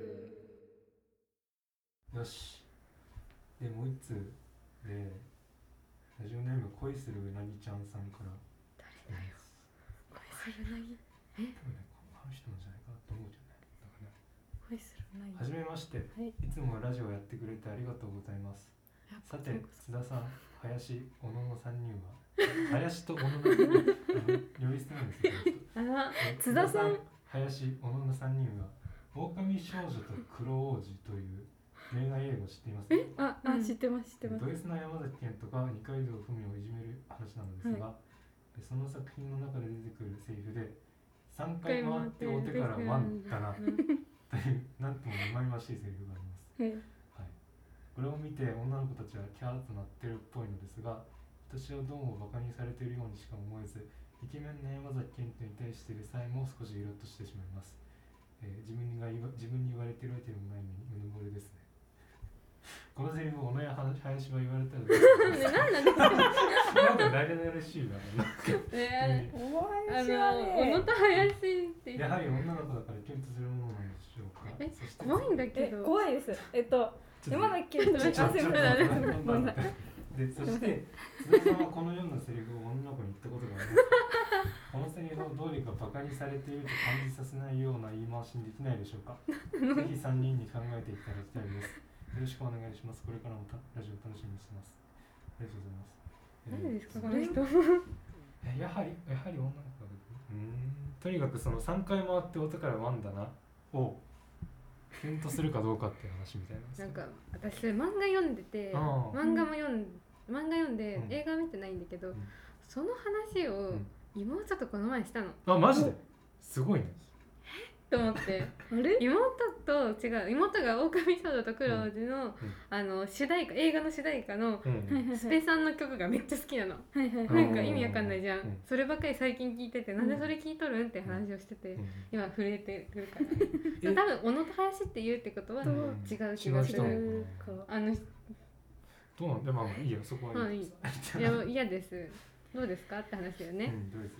よし。でもう一つでラジオネーム恋するうなぎちゃんさんから来てます。 恋するなぎ多分ねこの人のじゃないかなと思うじゃない。だからね恋するなぎはじめまして。 はいいつもラジオやってくれてありがとうございます。 やっぱさて津田さん、林、小野のさんにんは林と小野の呼び捨てなんですよ。 あらえ津田さん、 林、小野のさんにんは狼少女と黒王子という恋愛映画を知っていますか。 ああ、 うん知ってます知ってますド S な山崎賢人が二階堂ふみをいじめる話なのですが、その作品の中で出てくるセリフでさんかい回ってお手からワンだなというなんとも生々しいセリフがあります。 はいはい、これを見て女の子たちはキャーとなってるっぽいのですが、私はどうもバカにされているようにしか思えず、イケメンな山崎賢人に対してでさえも少しイラッとしてしまいます。えー自分が言わ自分に言われているわけでもないのにうぬぼれですね。このセリフを小野や林は言われたらどうしますか。 何なんですかなんか誰々しいな。なんかねおあ前知らのね小野と林ってやはり女の子だからキュンとするものなんでしょうか。 えそして怖いんだけえど怖いですえっとちょっと山崎賢人ちょっとあすいませんちょっとごめんなさいで、そして津田さんはこのようなセリフを女の子に言ったことがありますか。このセリフをどうにかバカにされていると感じさせないような言い回しにできないでしょうか。ぜひさんにんに考えていただきたいです。よろしくお願いします。これからもたラジオ楽しみにしてます。ありがとうございます。 何ですかこそれの人えやはりやはり女の子がうーんとにかくそのさんかい回って音からワンだなをキュンとするかどうかっていう話みたいなんですよ。 なんか私それ漫画読んでてああ漫画も読ん漫画読んで、 うん映画見てないんだけど、 んその話をん妹とこの前したの、 あマジですごいね。 と思ってあれ妹と違う妹が狼少女と黒王子の、 んあの主題歌映画の主題歌のうんはいはいはいスペさんの曲がめっちゃ好きなの、 はいはいうんはいなんか意味わかんないじゃん、 うんそればっかり最近聞いてて、なんでそれ聞いとるんって話をしてて、 うん今震えてるから、 え多分小野と林って言うってことはうん違う気がする、 違う人なのるかな。 あのどうなんでもまあいいよそこはいい。 はいいや嫌ですどうですかって話だよね、 うんどうです。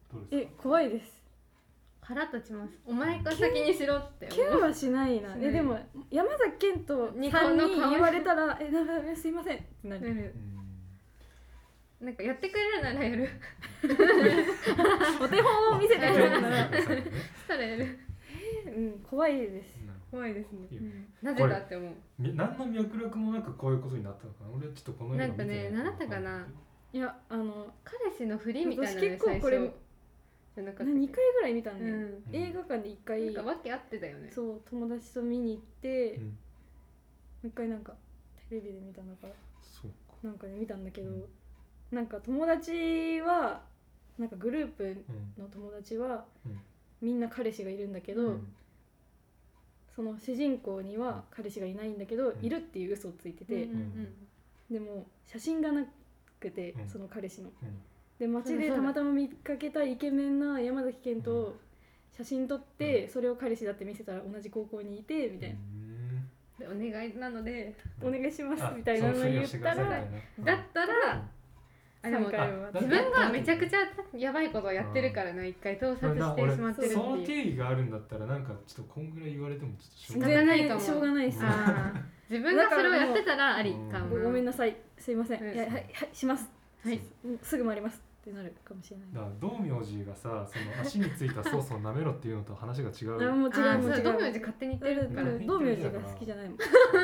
どうですか？ え怖いです。 腹立ちます。お前が先にしろって思う。 キュンはしないな。 しないえでも山崎賢人さんに言われたらえなんかすいませんってなる。 なるうんなんかやってくれるならやる。 お手本を見せてくれるならしたらやる。 うん怖いです。 なる怖いですね。 いいようんなぜだって思う。 み何の脈絡もなくこういうことになったのかな。俺はちょっとこの映画見てないなんかね何だったかな。 いやあの彼氏の振りみたいなの私結構これ最初じゃなかったっけ。 にかいぐらい見たんで、 うん映画館でいっかいなんか訳あってたよね。 そう友達と見に行って、 うんもう一回なんかテレビで見たんだからそうか。 なんかで見たんだけど、 うんなんか友達はなんかグループうんの友達はうんみんな彼氏がいるんだけど、 うんその主人公には彼氏がいないんだけど、 うんいるっていう嘘をついてて、 うんうんでも写真がなくて、 うんその彼氏のうんで街でたまたま見かけたイケメンな山崎賢人を写真撮って、それを彼氏だって見せたら同じ高校にいてみたいな、 うんでお願いなのでお願いしますあみたいなのそのふり言っをしてくだたらさいみたいなだったらあでもさんかいはあ自分がめちゃくちゃやばいことをやってるからな一回盗撮してしまってるってそのいう。 定義があるんだったらなんかちょっとこんぐらい言われてもちょっとしょうが仕方ない。 ないかもしょうがないっす、 うんあー自分がそれをやってたらありかもごごめんなさいすいません、 うんいやはいはいします、 はいうんすぐ回りますってなるかもしれだない。 から道明寺がさその足についたソースを舐めろっていうのと話が違う。 あもう違あーうもう違う。 そう道明寺勝手に言ってるからだから道明寺が好きじゃないもん。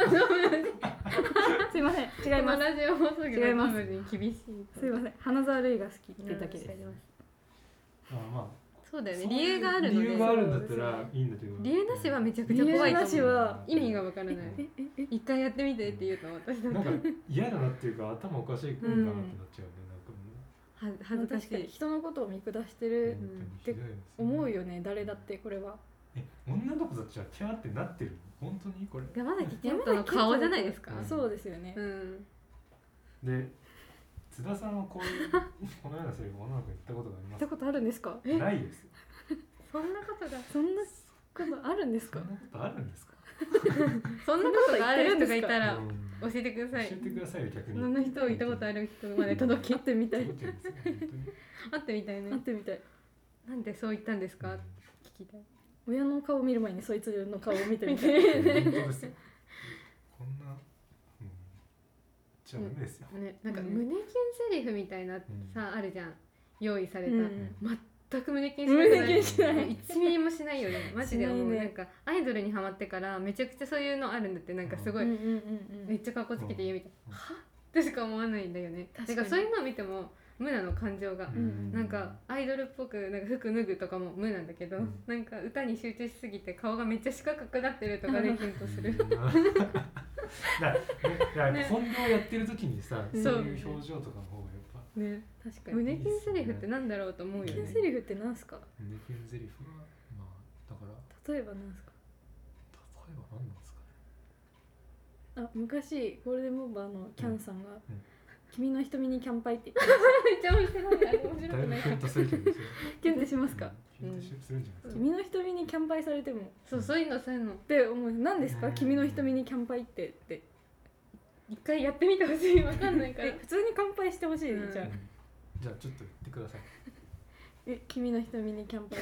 すいません違います。 このラジオ放送局違いますの道明寺に厳しいすいません花沢類が好きってだけです。 あまそうだよねあ理由があるので理由があるんだったらいいんだけど。 理由なしはめちゃくちゃ怖いと思う。 理由なしは意味がわからない。 えええ一回やってみてって言うと私だなんかと嫌だなっていうか頭おかしいかなってなっちゃうね。なんかもは恥ずかし確かにい。 人のことを見下してうる本当にひどいですね思うよね誰だってこれは。 え女の子たちはキャーってなってるの本当にこれ。 山崎賢人の顔じゃないですか。 うんそうですよね。 うん。 で津田さんはこういうこのようなセリフ女の子に言ったことがありますか？ 言ったことあるんですか？ えないです。 そんなことがそんなことあるんですかそん？なことあるんですか？ そんなことがある人がいたらうん教えてください。 教えてくださいよ逆に。 そんな人をいたことある人まで届き会ってみたい。 届けるんですよ本当に会ってみたい会っね。 てみたい。 なんでそう言ったんですか？聞きたい。 親の顔を見る前にそいつの顔を見てみたい。 本当ですよ。こんな、うん、じゃあダメですよ。 ね、なんかうん胸キュンセリフみたいなさあるじゃん。用意された。 うん全く胸キュンしなくない。 胸キュンしない一ミリもしないよね。マジで思う。 しないねなんかアイドルにハマってからめちゃくちゃそういうのあるんだってなんかすごいうんうんうんうん。 めっちゃかっこつけて言うみたいうんな。はってしか思わないんだよね。 確かにだからそういうのを見ても無なの感情が。 んなんかアイドルっぽくなんか服脱ぐとかも無なんだけど、 うんなんか歌に集中しすぎて顔がめっちゃ四角くなってるとかでキュンとする。 だからだから本業やってる時にさ、 うんそういう表情とかの方がやっぱね、 確かに。 胸キュンセリフってなんだろうと思うよキュンね。 セリフってなんすか？ 胸キュンゼリフはまあだから例えばなんすか？ 例えば何なんですかね。 あ昔ゴールデンボンバーのキャンさんがうん 「君の瞳にキャンパイ」ってめっちゃ面白い。あれ面白くないだいぶキュンとするけどね。 キュンってしますか？ キュンとしするんじゃないですか。 君の瞳にキャンパイされてもっそうそういうのそういうのて思う。何ですか？ うん君の瞳にキャンパイってって。 一回やってみてほしい。わかんないからえ。普通に乾杯してほしいね、 うんじゃあうんじゃあちょっと言ってください。 え君の瞳にキャンパイ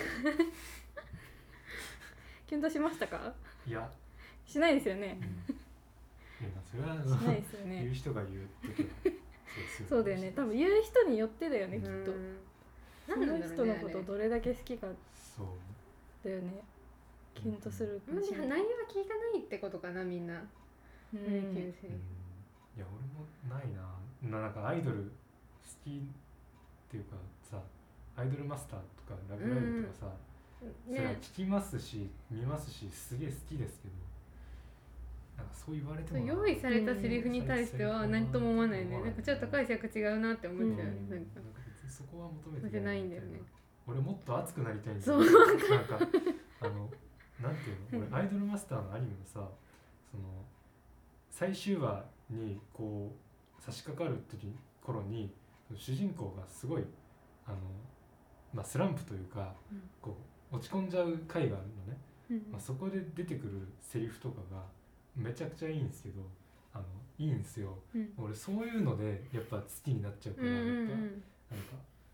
キュンとしましたか？ いや、 しないですよねうん、いやそれはあしのないですよ言うね人が言う時はそうそうだよね多分言う人によってだよねきっとうんそのなんなんだろ人のうねことをどれだけ好きかそう。 だよねキュンとするかあれ内容はもしれない聞かないってことかなみんな。 うん胸キュンセうんリフいや俺もないな。ななんかアイドル好きっていうかさ、アイドルマスターとかラブライブとかさ、それはね、 聞きますし見ますしすげえ好きですけど、なんかそう言われてそうもな用意されたセリフに対しては何とも思わないね。なんかちょっと解釈違うなって思っちゃう。 うんなんかなんか別にそこは求めてじゃないんだよね。 俺もっと熱くなりたいんだそうよなんかあのなんていうの、俺アイドルマスターのアニメのさ、その最終話にこう差し掛かる時頃に主人公がすごいあの、まあ、スランプというか、 うんこう落ち込んじゃう回があるのね、 うんまあ、そこで出てくるセリフとかがめちゃくちゃいいんですけど、あのいいんですよ。 うん俺そういうのでやっぱ好きになっちゃうから、 うんうんやっぱうん。 なんか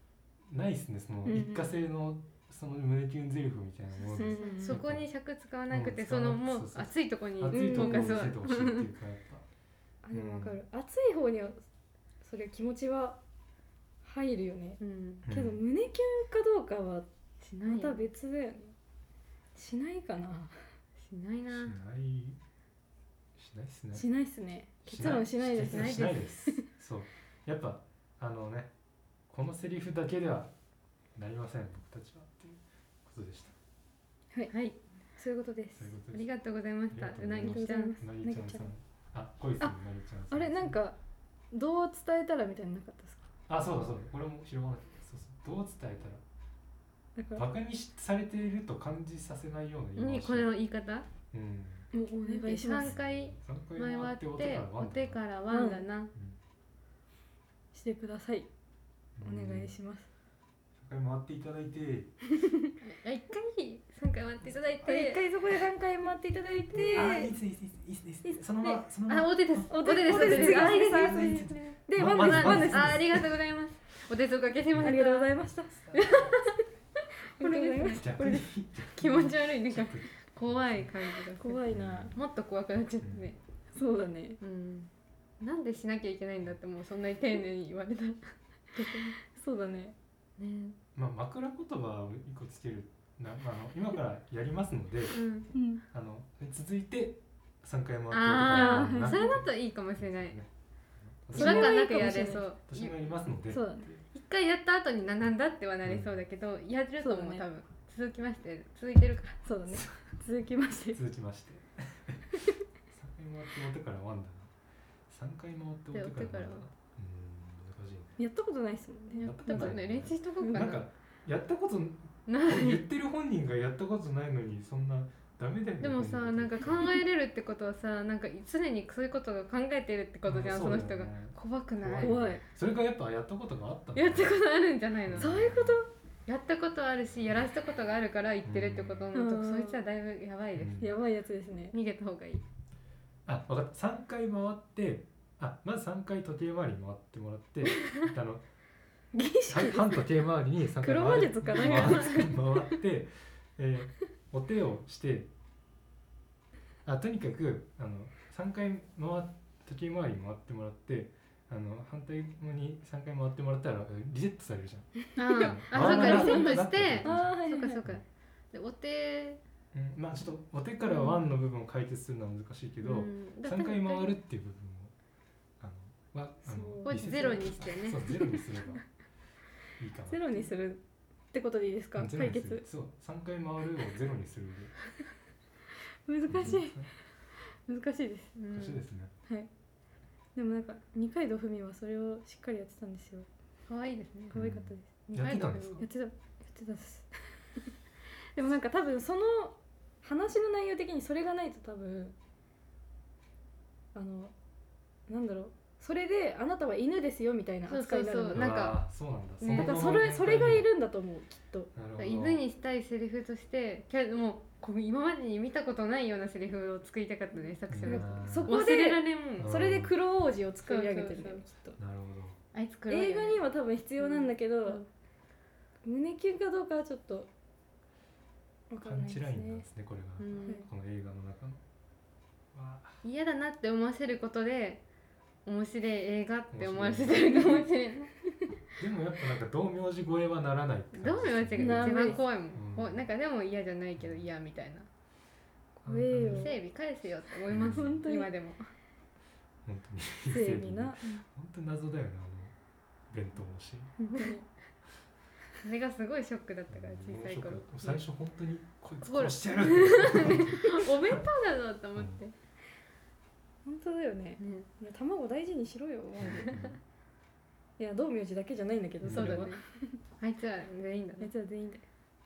ないですねそのうんうん一過性のその胸キュンゼリフみたいなもので、 うんそこに尺使わなくて、 うんそのもうそうそう熱いとこにフ熱いところを見ォーカスをせてほしいっていうかやっぱあでもわかる、熱い方にはそれ気持ちは入るよね、 うんけどうん胸キュンかどうかはしないよまた別だよね。しないかな。 しないなしないしないっすねしないっすね。結論しないですね。 しないですそうやっぱあのねこのセリフだけではなりません僕たちはっていうことでしたはい、 はいそういうことですそういうことですありがとうございましたあうなぎりがとうごちゃんうなぎちゃんさんあ恋するうなぎちゃんさんあれなんかどう伝えたらみたいなのなかったですか。 あそうだそうだこれも広まらないそうそうどう伝えたらだからバカにしされていると感じさせないような言い回しにこの言い方うんもうお願いします。 さんかい三回回っ回っててお手からワンだな、 してください。お願いします。 三回回っていただいてあ一回さんかい回っていただい一て回そこでさんかい待っていただいて、 あいいですいいですいいですいいですいいですそのままそのままあお手ですおお手です手お手ですあいいですあいいでいいですすでまワンですまワンです。 あありがとうございますお手数おかけしましたありがとうございました。 これですね逆に気持ち悪いなんかちょっと怖い感じがする怖いな。 もっと怖くなっちゃってねそうだね。 うんなんでしなきゃいけないんだってもうそんなに丁寧に言われたねそうだね。 まあ枕言葉を一個つけるな、まあ、あの今からやりますのでうんうん。 あの続いてさんかい回ってあーあそれだといいかもしれないね違和感なくやれそそう私もやりますのでそうだね一回やった後にななんだってはなりそうだけど、やるとそうだねもう多分続きまして続いてるからそうだね。続きまして。 続きましてさんかい回ってお手からワンだなさんかい回ってお手からワンだなでお手からワンうん難しいねやったことないっすもんね。 やったことない練習しとこうかなんなかやったことない言ってる本人がやったことないのにそんなダメだよねでもさなんか考えれるってことはさなんか常にそういうことが考えてるってことじゃん、 うんその人がそうだよね怖くない怖い。 それがやっぱやったことがあったんだやったことあるんじゃないのうんそういうこと。 やったことあるしやらせたことがあるから言ってるってことの、 うんそいつはだいぶやばいです、 うんやばいやつですね。 逃げた方がいいあ分かったさんかい回ってあまずさんかい時計回りに回ってもらってあの儀式半半時計回りにさんかい黒魔術かなんか回って回って、えーお手をしてあとにかくあのさんかい回っ時計回りに回ってもらってあの反対側にさんかい回ってもらったらリセットされるじゃん、 ああそうかリセットしてああはいはいはい。 そうかそうかでお手うん、まあちょっとお手からワンの部分を解決するのは難しいけど、 うんさんかい回るっていう部分をあのはあのそうこうやってゼロにしてねそうゼロにすればいいかなゼロにするってことでいいですか。 うんゼロ解決。 にするそうさんかい回るをゼロにする難しい難しいです。 うん難しいですね、 はい。でもなんか二階堂ふみはそれをしっかりやってたんですよ。 可愛いですね可愛かったです。 やってたんですかやってたやってたです。でもなんか多分その話の内容的にそれがないと多分あのなんだろうそれであなたは犬ですよみたいな扱いになるんだそうそうそうなんかうわーそうなんだ、 ねだからそれそれがいるんだと思うきっと。 なるほど犬にしたいセリフとしてけどもうこう今までに見たことないようなセリフを作りたかったね作者がうんそこ忘れらでれんもんそれで黒王子を作り上げてるんだよきっと。 なるほどあいつ黒いよね映画には多分必要なんだけど、 うん胸キュンかどうかはちょっとわからパンないですチラインなんでね。 すねこれが、 うんこの映画の中のわあ嫌だなって思わせることで面白い映画って思わせてるかもしれないでもやっぱなんか道明寺越えはならないってどう見ましたが一番怖いもん、 うんおなんかでも嫌じゃないけど嫌みたいな怖えよ整備返せよって思います本当に今でも本当に正義な本当に謎だよねあの弁当のシーン本当にそれがすごいショックだったから小さい頃最初本当にこいつほら殺してやるってお弁当だぞと思って、 本当だよね。 ねいや卵大事にしろよ。マジでいや道明寺だけじゃないんだけどれはそうだねあいつら全員だあいねつは全員で。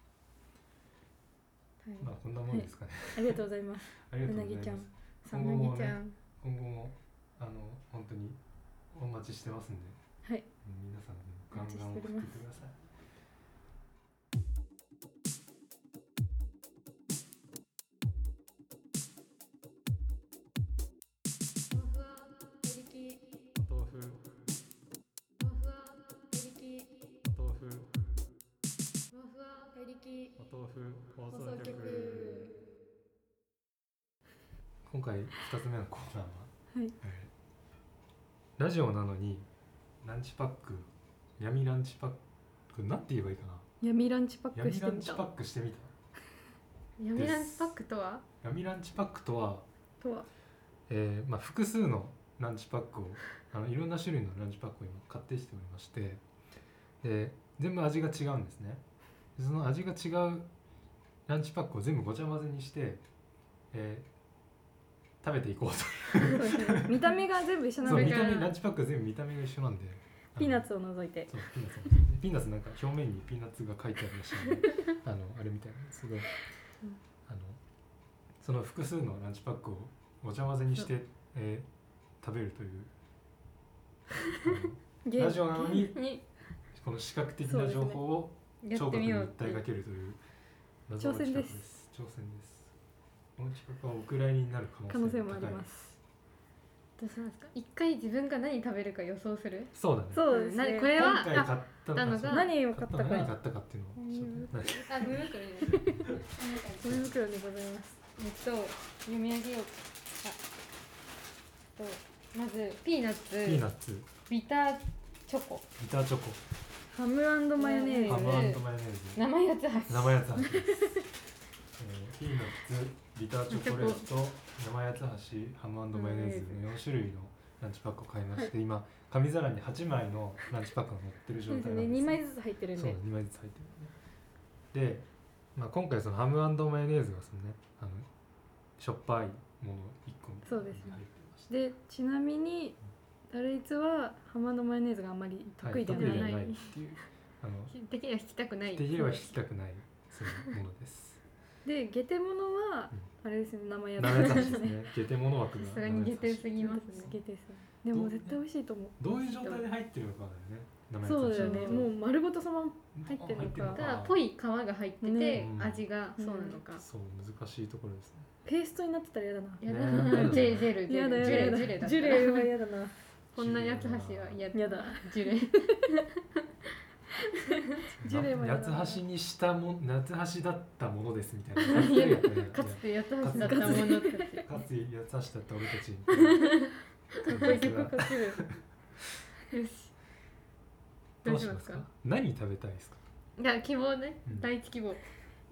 はい。 まあこんなもんですかね、 ありがとうございます。 ありがとうございうなぎちゃんますさ今後もねなぎちゃん今後もあの本当にお待ちしてますんではい。 皆さんもガンガン送ってくださいお豆腐お豆腐怪力お豆腐放送放送局。 局。今回ふたつめのコーナーは、 はい。 えーラジオなのにランチパック、闇ランチパック、なんて言えばいいかな。 闇ランチパック闇してみたランチパックしてみた。 闇ランチパックとは？ 闇ランチパックとは、 とは。 えーまあ、複数のランチパックをあのいろんな種類のランチパックを今買ってきておりまして、で全部味が違うんですね。でその味が違うランチパックを全部ごちゃ混ぜにして、えー食べていこうと。 そうですね。見た目が全部一緒なので、 そう見た目ランチパックは全部見た目が一緒なんで、 ピーナッツを除いて。 そうピーナッツピーナッツなんか表面にピーナッツが書いてあるらしいんであのあれみたいなんですけど、あのその複数のランチパックをごちゃ混ぜにして、えー食べるというあのラジオなのににこの視覚的な情報をや聴覚にってみようって訴えかけるという謎の企画です。挑戦です。この企画はお蔵入りになる可能性可能性もあり高います。 どうしますか？一回自分が何食べるか予想する？ そうだね。 そうですね。 なこれは今回買ったあのが何を買ったか。 何買ったかっていうのをちょっとねあ、ゴミ袋にゴミ袋でございます。 えっと読み上げようか。あとまずピーナッツ、 ピーナッツ、 ビターチョコ、 ビターチョコ、 ハムマヨネーズ。 ハムマヨネーズ、 生八つ橋、 生八つ橋です。えーピーナッツ、ビターチョコレート、生八つ橋、ハムマヨネーズのよん種類のランチパックを買いまして、今紙皿にはちまいのランチパックが載ってる状そうですね。 態なんです。 にまいずつ入ってるんで。 そうにまいずつ入ってるね。で、まあ、今回そのハムマヨネーズがそのね、あのしょっぱいものいっこにそうですね入ってまして、 で、ちなみにダルイツはハムマヨネーズがあんまり得意ではない。 得意ではないっていう、あのできれば引きたくない。 できれば引きたくないそういうものです。 で、ゲテモノはうんあれですね。生やつ生八つ橋ですね。ゲテモノ枠がさすがにゲテすぎますね。 ゲテさ。でも絶対美味しいと思う。 どういう状態で入ってるのかだよね。生そうだよね。 そうもう丸ごとそのまま入ってるのかただぽい皮が入ってて、 ね味がそうなのか。 そう難しいところですね。 ペーストになってたら嫌だな。 やだねな。ジェジェルジェルジ嫌だ嫌だュレジュレだったジュレは嫌だな。 こんな八つ橋は嫌だ。 嫌だ。 ジュレ。 ジュレは嫌だな八つ橋にしたも八つ橋だったものですみたいな。いやいやかつて八つ橋だったものたち。 かつて八つ橋だった俺たち。 かっこいい曲かける。 よし。 どうしますか。何食べたいですか。 じゃあ希望ね、 うん第一希望。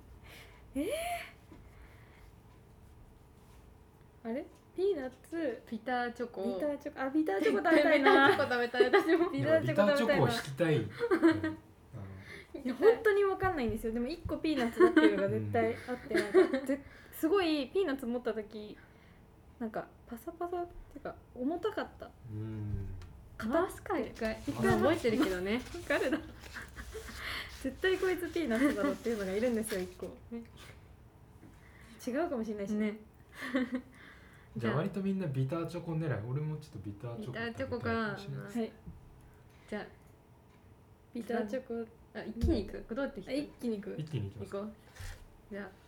あれ？ピーナッツ、 ビターチョコ。 ビターチョコ、あビターチョコ食べたいな。 ビターチョコ食べたい私も。 ビターチョコ食べたいなビターチョコを引きたい。うんいや本当にわかんないんですよ。でも一個ピーナッツだっていうのが絶対あって、なんかぜすごいピーナッツ持った時なんかパサパサっていうか重たかった。わうん。 回すか一回。 一回覚えてるけどね。 かるな。絶対こいつピーナッツだろっていうのがいるんですよ一個。違うかもしれないしね。 ね。 じゃあ割とみんなビターチョコ狙い。俺もちょっとビターチョコビターチョコ食べたいかもしれないですはい。 じゃビターチョコ。 あ、あ一気に行く。どうやってあ一気にいく。 一気にいきます行こう。じゃあ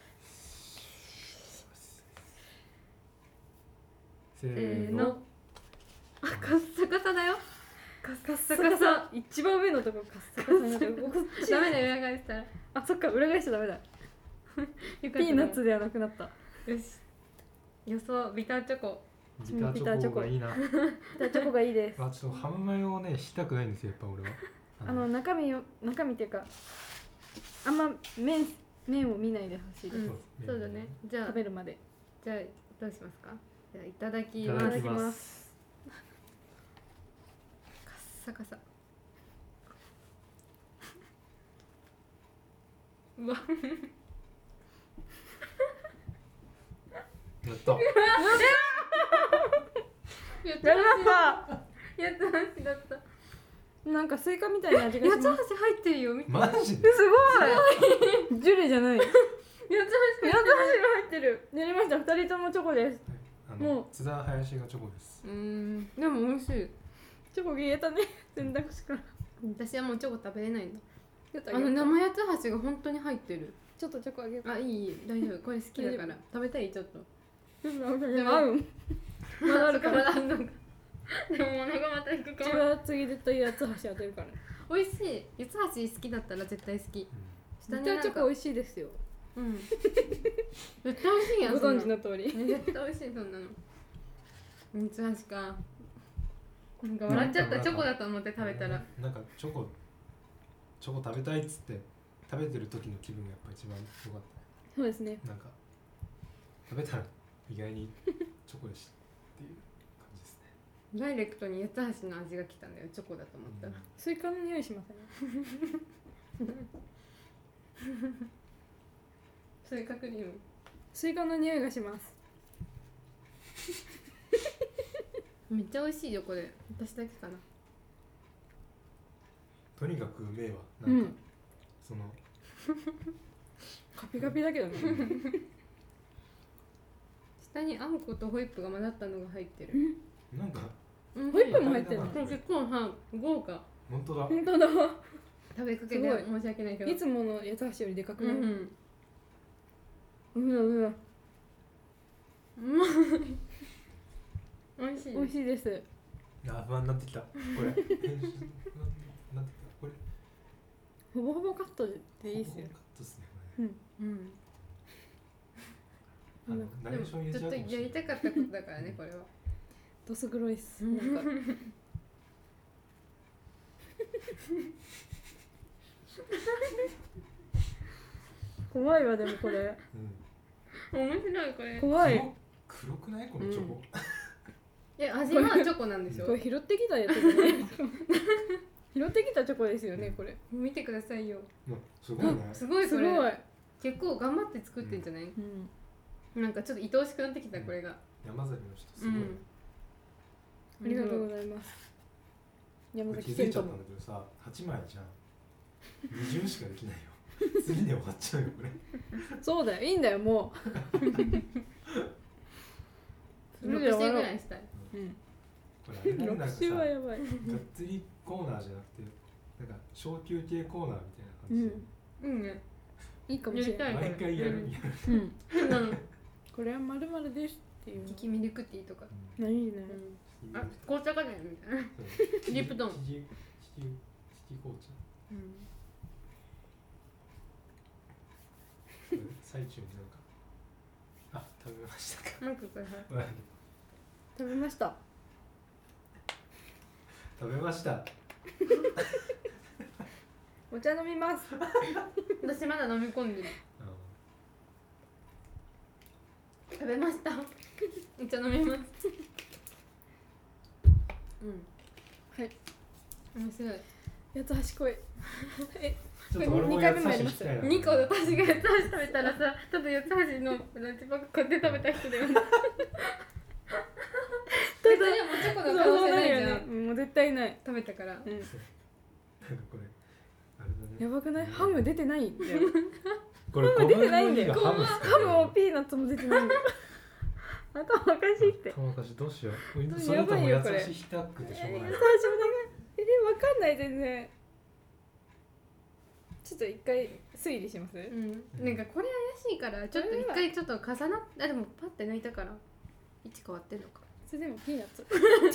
せせーの。 ーの。あ、カッサカサだよ。カッカッササカサカサ。 一番上のとこカッサカサになってる。こっちダメだよ裏返したら。 あそっか裏返しちゃダメだ。 よかピったねーナッツではなくなった。 よし。予想ビターチョコ。 ビターチョコがいいな。 ビターチョコがいいです。 あ、ちょっとハムマヨをね、引きたくないんですよ、やっぱ俺は。 あの中身を中身っていうかあんま麺麺を見ないでほしいです。 うん、そうだね。じゃあ食べるまで。 じゃあどうしますか。じゃあいただきいたます。カッだきます。 サカサ。うわ。 やった。 ややったやつ橋だった。 なんかスイカみたいな味がし八つ橋ます。 入ってるよ。見て。 マジで。 すごい。ジュレじゃない。八つ八つ橋が入ってる。やりました。二人ともチョコです。 あもうの津田林がチョコです。 橋。うーん。でも美味しい。 チョコ消えたね。選択肢から。 私はもうチョコ食べれないんだ。 ちょっとあの生八つ橋が本当に入ってる。 ちょっとチョコあげよう。 あ、いいいい大丈夫。これ好きだから。食べたいちょっと。 でも合うん。まだあるから。 まだあんのか。でもお腹また引くかも。 うちは次絶対八つ橋当てるから。 美味しい。八つ橋好きだったら絶対好き。 うんビタ下になんかーチョコ美味しいですよ。 うん絶対美味しいやんご存知そんなの通り。 ね絶対美味しいそんなの三つ橋かなんか笑っちゃったチョコだと思って食べたらなんかチョコチョコ食べたいっつって食べてる時の気分がやっぱ一番良かっそうですね。 た。なんか食べたら意外にチョコでしたっていう感じですね。 ダイレクトに八つ橋の味が来たんだよチョコだと思ったら、 スイカの匂いしません？ スイカクリームスイカの匂いがします。 めっちゃ美味しいよこれ私だけかなとにかくうめえわ。 うなんか、 ん。 そのカピカピだけどね。 下にあんことホイップが混ざったのが入ってる、 なんかうん、 ホイップも入ってるの？ これ結構さ豪華本当だ。 本当だ。 食べかけてすごい申し訳ないけどいつもの八つ橋よりでかくない？ うんうんうんうん。 美味しい美味しいです。 あ、不安になってきた。これ。編集ななってきた。これ。 ほぼほぼカットでいいっすよカッ。トっすね。こうんれあのナレでもーション入れずっとちゃうかもしれない。 やりたかったことだからねこれはどす黒いっす。なんか怖いわでもこれ。 うん。 面白いこれ怖い。 黒黒くないこのチョコ。 え味はチョコなんでしょこれ拾ってきたやつだね。拾ってきたチョコですよねこれ。 見てくださいようんすごいね。 すごいこれすごい。 結構頑張って作ってんじゃない、 うん。 なんかちょっと愛おしくなってきたこれが山崎の人すごい。 うんありがとうございます。山これ気崎賢人もづいちゃったんだ。けどさ、はちまいじゃん。にじゅうしかできないよ。次で終わっちゃうよこれ。 そうだよ。いいんだよもう。それろくで終わろう周ぐらいしたいうん。 これあれだねなんか六さ、 周はやばい。 がっつりコーナーじゃなくて、なんか小休憩コーナーみたいな感じで、 うんねいいかもしれない。 やり毎回やるうんやる。 うん。 変なのこれはまるまるですっていうの。 キミルクティーとか、 何いいね。 うん、あ紅茶かねみたいなリプトン七七七紅茶。これ最中になんか、あ、食べましたか。 なんかこれ食べました。 食べました。 お茶飲みます。 私まだ飲み込んでる食べましたお茶飲みますうんはい。 面白い八つ橋恋。え、 ちょっと俺も二回目もやります八つ橋行きたいなにこ私が八つ橋食べたらさちょっと八つ橋のランチパック買って食べた人だよね別にもうチョコの可能性ないじゃん、 ね。もう絶対ない。 食べたからうん。 なんかこれあれだね。 やばくない？ハム出てないんだよ。 これハム出てないんだよごぶのにがハムっすかハムもピーナッツも出てないんだよ。頭おかしいって。 頭おかしいどうしよう。 やばいよそれともこれ八つ橋ひたくでしょうがない。 え、でもわかんない全然。ちょっと一回推理します？ うん、なんかこれ怪しいからちょっと一回ちょっと重なっあでもパッて抜いたから位置変わってんのかそれでもピーナッツ。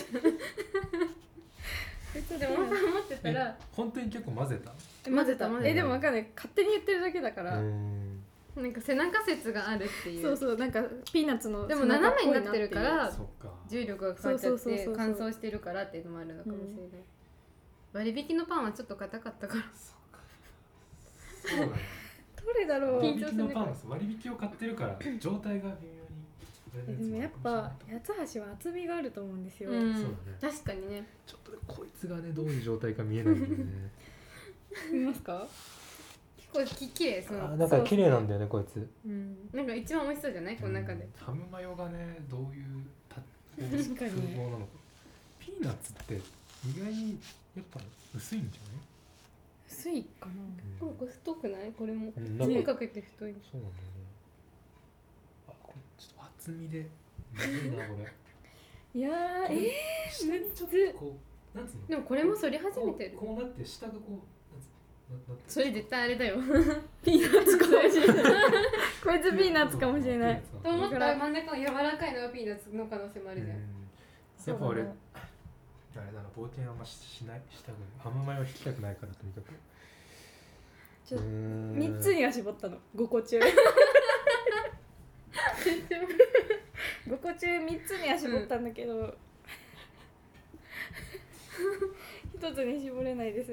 でも思ってたらえ本当に結構混ぜた。 混ぜた。 混ぜたえ、でもわかんない。勝手に言ってるだけだから。 ん。 なんか背中説があるっていうそうそう、なんかピーナッツのでも斜めになってるからそっか。 重力がかかっちゃっそうそうそうそうて乾燥してるからっていうのもあるのかもしれない、割引のパンはちょっと硬かったからそっか。そうだね。 どれだろう。 緊張するね割引のパン割引を買ってるから状態が微妙に。 えでもやっぱ八つ橋は厚みがあると思うんですよ。 うんそうだね。 確かにねちょっとこいつがねどういう状態か見えないんだよね。 見ますか？ 結構ききれいそのなんか綺麗なんだよねこいつ。 うんなんか一番美味しそうじゃないこの中で、 ハムマヨがねどういうた確かに風貌なのか。ピーナッツって意外にやっぱ薄いんじゃない？ 薄いかな。 なんか太くないこれもうん火にかけて太いそうなんだよね。あ、これちょっと厚みでむずいなこれ。 いやー、え下にちょっとこうなんつうの？ でもこれも反り始めてるこうこうなって下がこうなんつうのななってそれ絶対あれだよー、ピーナッツかもしれない。こいつピーナッツかもしれない。 と思ったら真ん中の柔らかいのがピーナッツの可能性もあるじゃん、 うんやっぱ俺、あれだな冒険あんまししないしたくない。ハムマヨ引きたくないからとにかく。 ちょみみっつには絞ったのごこ中ごこ中みっつには絞ったんだけど、ひとつに絞れないです。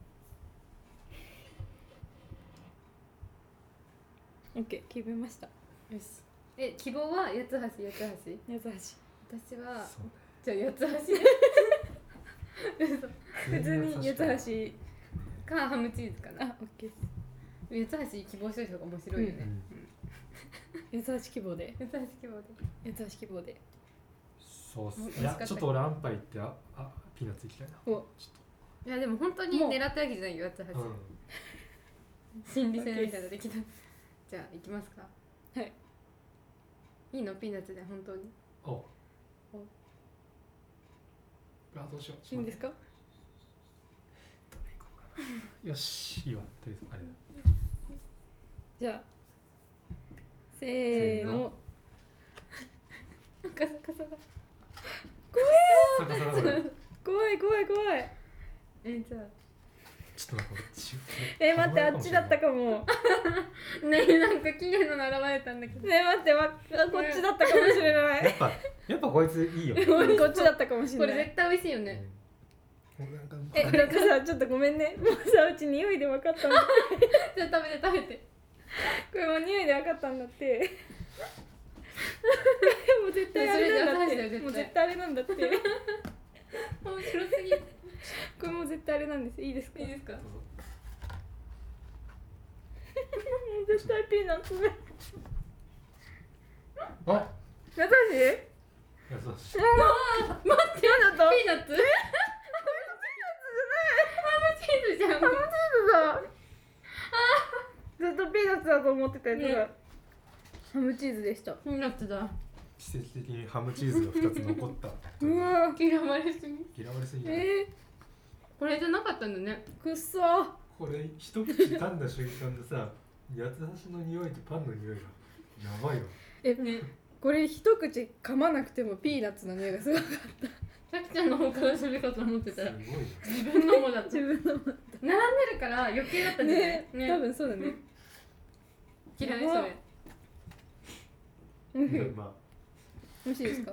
オッケー決めました。 よし。え、希望は八つ橋、八つ橋。 八つ私はそうじゃあ八つ橋嘘橋普通に八つ橋かハムチーズかな。 あオッケー八つ橋希望しといた方が面白いよね。 八つ橋希望で八つ橋希望で。 八つ橋希望でそうっす。 美味しかったいやちょっと俺アンパイってああピーナッツいきたいな。 おちいやでも本当に狙ったわけじゃないよ八つ橋。 ょっと。うん。 心理戦みたいなのできた。じゃあ行きますか。 はい。 いいのピーナッツで本当に。 お。お。あどうしよう。 いいんですか？ どれ行こうかな。よしいいわ。とりあえずあれだ。 じゃあせーのカサカサが逆さだこれ。 怖い怖い怖い。 えじゃあちょっと待ってちえ待ってあっちだったかも。 ねえなんか綺麗なの現れたんだけど。 ね待ってわこっちだったかもしれない。 やっぱやっぱこいついいよ。 こっちだったかもしこれない。 れ絶対美味しいよね。 うんなんかえなんかさちょっとごめんね。もうさうち匂いで分かったんだ。 じゃあ食べて食べて。 これもう匂いで分かったんだって。もう絶対あれなんだって。もう絶対あれなんだって。 面白すぎる。 これもう絶対あれなんです。いいですか？ いいですか？ どうぞもう絶対ピーナッツで。 あ優しい？ 優しい。 待ってなんだった？ ピーナッツ？ハムチーズじゃん。 ハムチーズだ。ずっとピーナッツだと思ってたやつが、 ねハムチーズでした。 ピーナッツだ。 奇跡的にハムチーズがふたつ残った。 うわ嫌われすぎ。 嫌われすぎる。 えこれじゃなかったんだね。 ー、くっそー。 これ一口噛んだ瞬間でさ、八つ橋の匂いとパンの匂いがやばいわ。 え、 ね。 これ一口噛まなくてもピーナッツの匂いがすごい。 さきちゃんの方からするかと思ってたらすごいな。 自分のもだった。 自分の並んでるから余計だったんじゃない？ ね多分そうだね。 嫌いそやばれ。 うんまあ美味しいですか？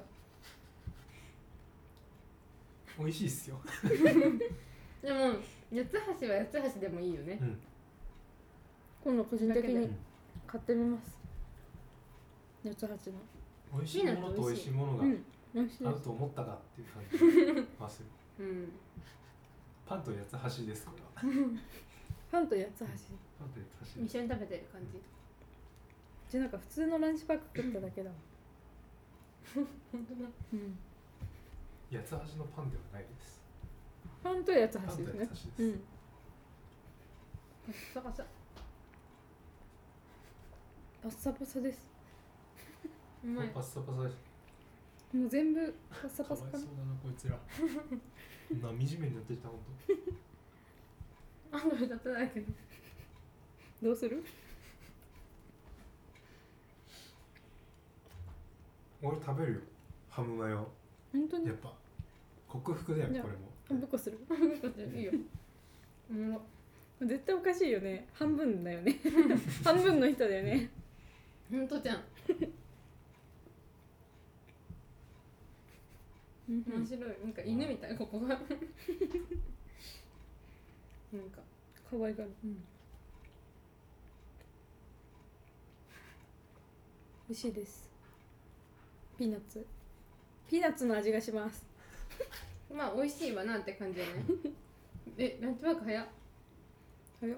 美味しいっすよ。 でも八つ橋は八つ橋でもいいよね。 うん。 今度個人的だけに買ってみます。八つ橋の。 美味しいものと美味しいものがうん、美味しいです。 あると思ったかっていう感じがする。 うん。 パンと八つ橋ですこれは。 パンと八つ橋。 パンと八つ橋。 一緒に食べてる感じ。 じゃなんか普通のランチパック食っただけだ。 本当だ。 うん。 八つ橋のパンではないです。 パンと八つパンと橋ですね八つ橋です。。 うん。 カッサカサ。 パッサパサです。 うまい。 パッサパサです。 もう全部パッサかわいそうだなパサかな。 こいつら。こんな惨めになってきた本あんまりだってないけど。 どうする？ 当。俺食べるよ。ハムマヨ。 本当にやっぱ克服だよこじゃあれも。 ぶっこする？ いいよ。うん。 絶対おかしいよね。半分だよね。半分の人だよね。 本当じゃん。面白い。なんか犬みたいここが。なんか。 可愛がる。 うん。 美味しいです。ピーナッツ。ピーナッツの味がします。 まあ美味しいわなって感じだね。え、ランチワーク早っ。 早っ。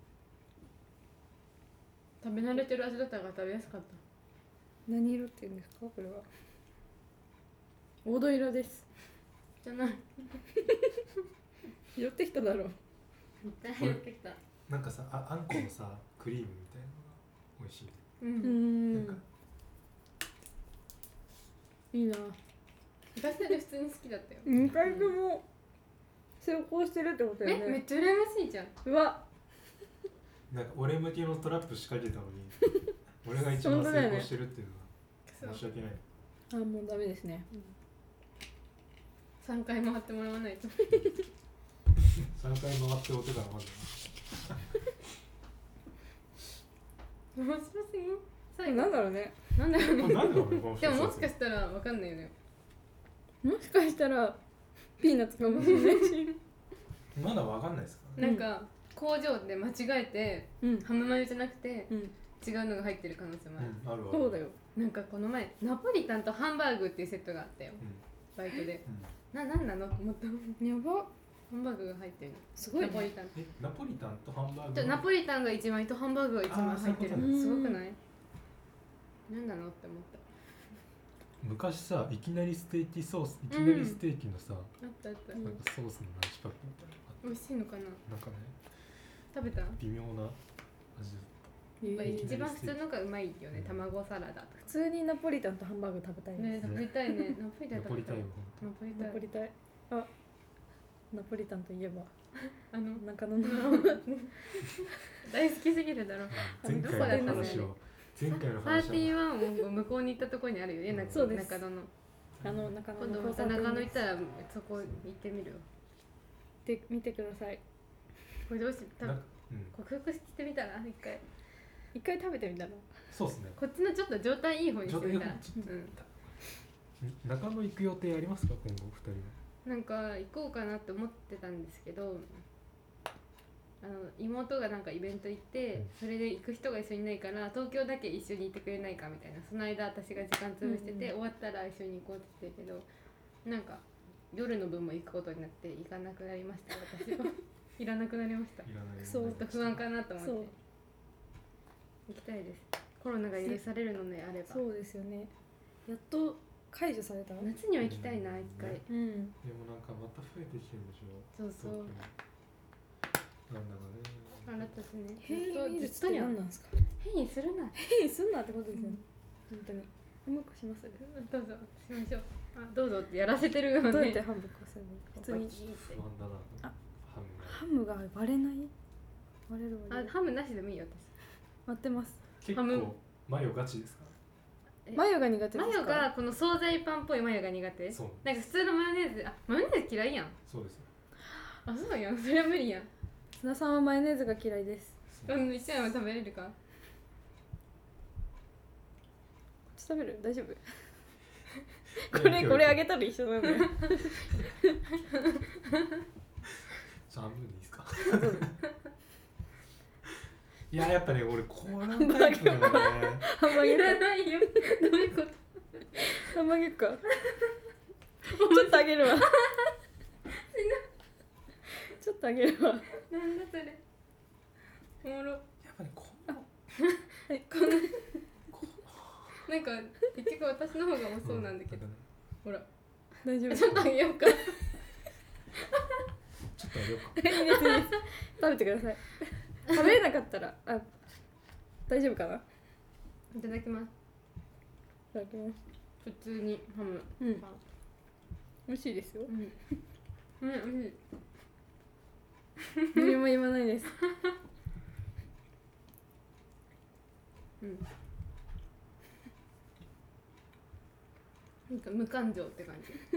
食べ慣れてる味だったから食べやすかった。 何色って言うんですかこれは？黄土色です。 じゃない。 拾ってきただろう。 絶対やってきた。 なんかさああんこのさクリームみたいなのが美味しい。 う。 うんーなんかん。いいな。 私で普通に好きだったよ。 二回とも成功してるってことだえ、 よね。 めっちゃ羨ましいじゃん。 うわ。 なんか俺向きのトラップ仕掛けたのに俺が一番成功してるっていうのは申し訳ない。 あもうダメですね。 三回回ってもらわないと。 さんかい回ってお手がまず面白すぎん最後なんだろうね。 なんだろうねこれ何だろうねこのでももしかししたらわかんないよねもしかしたらピーナッツかもしれないし。 まだわかんないですかうんなんか工場で間違えてうんハムマヨじゃなくてうん。 違うのが入ってる可能性もある、 うんあるわそうだよ。 なんかこの前ナポリタンとハンバーグっていうセットがあったよバイトでうんな、なんなのと思ったやば。 ハンバーグが入ってるのすごいね。 ナポリタンえナポリタンとハンバーグじゃナポリタンが一枚とハンバーグが一枚入ってるあーのすそういうことねごくないなんなのって思った昔さいきなりステーキソースいきなりステーキのさ、 あったあったうんなんかソースのランチパックみたいなのあっ美味しいのかなたなんかね食べた微妙な味だっえやっぱりー一番普通のがうまいよね卵サラダと普通にナポリタンとハンバーグ食べたいかです。 ね食べたいねナポリタンたナポリタンよナポリタンナポリタン。あ、ナポリタンといえばあの中野の大好きすぎるだろ前回の話を前回のサー話をティワンを向こうに行ったところにあるよね、なんかそうです中野のあの中野今度のまた中野行ったららそこ行ってみるよで見てください。 これどうし多な分うん克服してみたら一回一回食べてみたら。 そうですねこっちのちょっと状態いい方にしてみたら状態いいうん中野行く予定ありますか今後ふたりはなんか行こうかなって思ってたんですけどあの妹がなんかイベント行って、 うんそれで行く人が一緒にいないから東京だけ一緒にいてくれないかみたいなその間私が時間潰してて、 うん終わったら一緒に行こうって言ってるけどなんか夜の分も行くことになって行かなくなりました私はいらなくなりましたちいらないそうょっと不安かなと思ってそう行きたいですコロナが許されるのであればそうですよね。やっと解除された。 夏には行きたいな一回、 ねうん。 でもなんかまた増えてきてるでしょそうそうなんだかねあなたたちねヘイずっとウイルスってずっとやん何なんですか。 変異するな変異すんなってことですよね。本当に。ハンバーグします。 どうぞしましょうあどうぞってやらせてるよねどうやってハンバーグするの。普通に。 不安だなあハムがハムが割れない。割れる割れる。 あハムなしでもいいよ待ってます。 結ハム構マヨガチですか私マヨが苦手ですか。 マヨがこの惣菜パンっぽいマヨが苦手そうなんか普通のマヨネーズあマヨネーズ嫌いやんそうですあそうやんそれは無理やん津田さんはマヨネーズが嫌いです。 そううん一枚も食べれるか食べる大丈夫。これこれあげたら一緒なんだよ。 半分でいいですかいややっぱね俺このタイプなんだねハンバーいグか。 らないよどういうことハンバーグか。ちょっとあげるわ。ちょっとあげるわ。 なんだそれおもろやっぱねこのはい。 なんか結局私の方が多そうなんだけど、 ねほら大丈夫。 ちょっとあげようかちょっとあげようかいいですいいです。食べてください。食べれなかったらあ大丈夫かな。いいただきますただきます。 普通にハムうん。美味しいですよ。 うんうん美味しい何も言わないです。 うんなんか無感情って感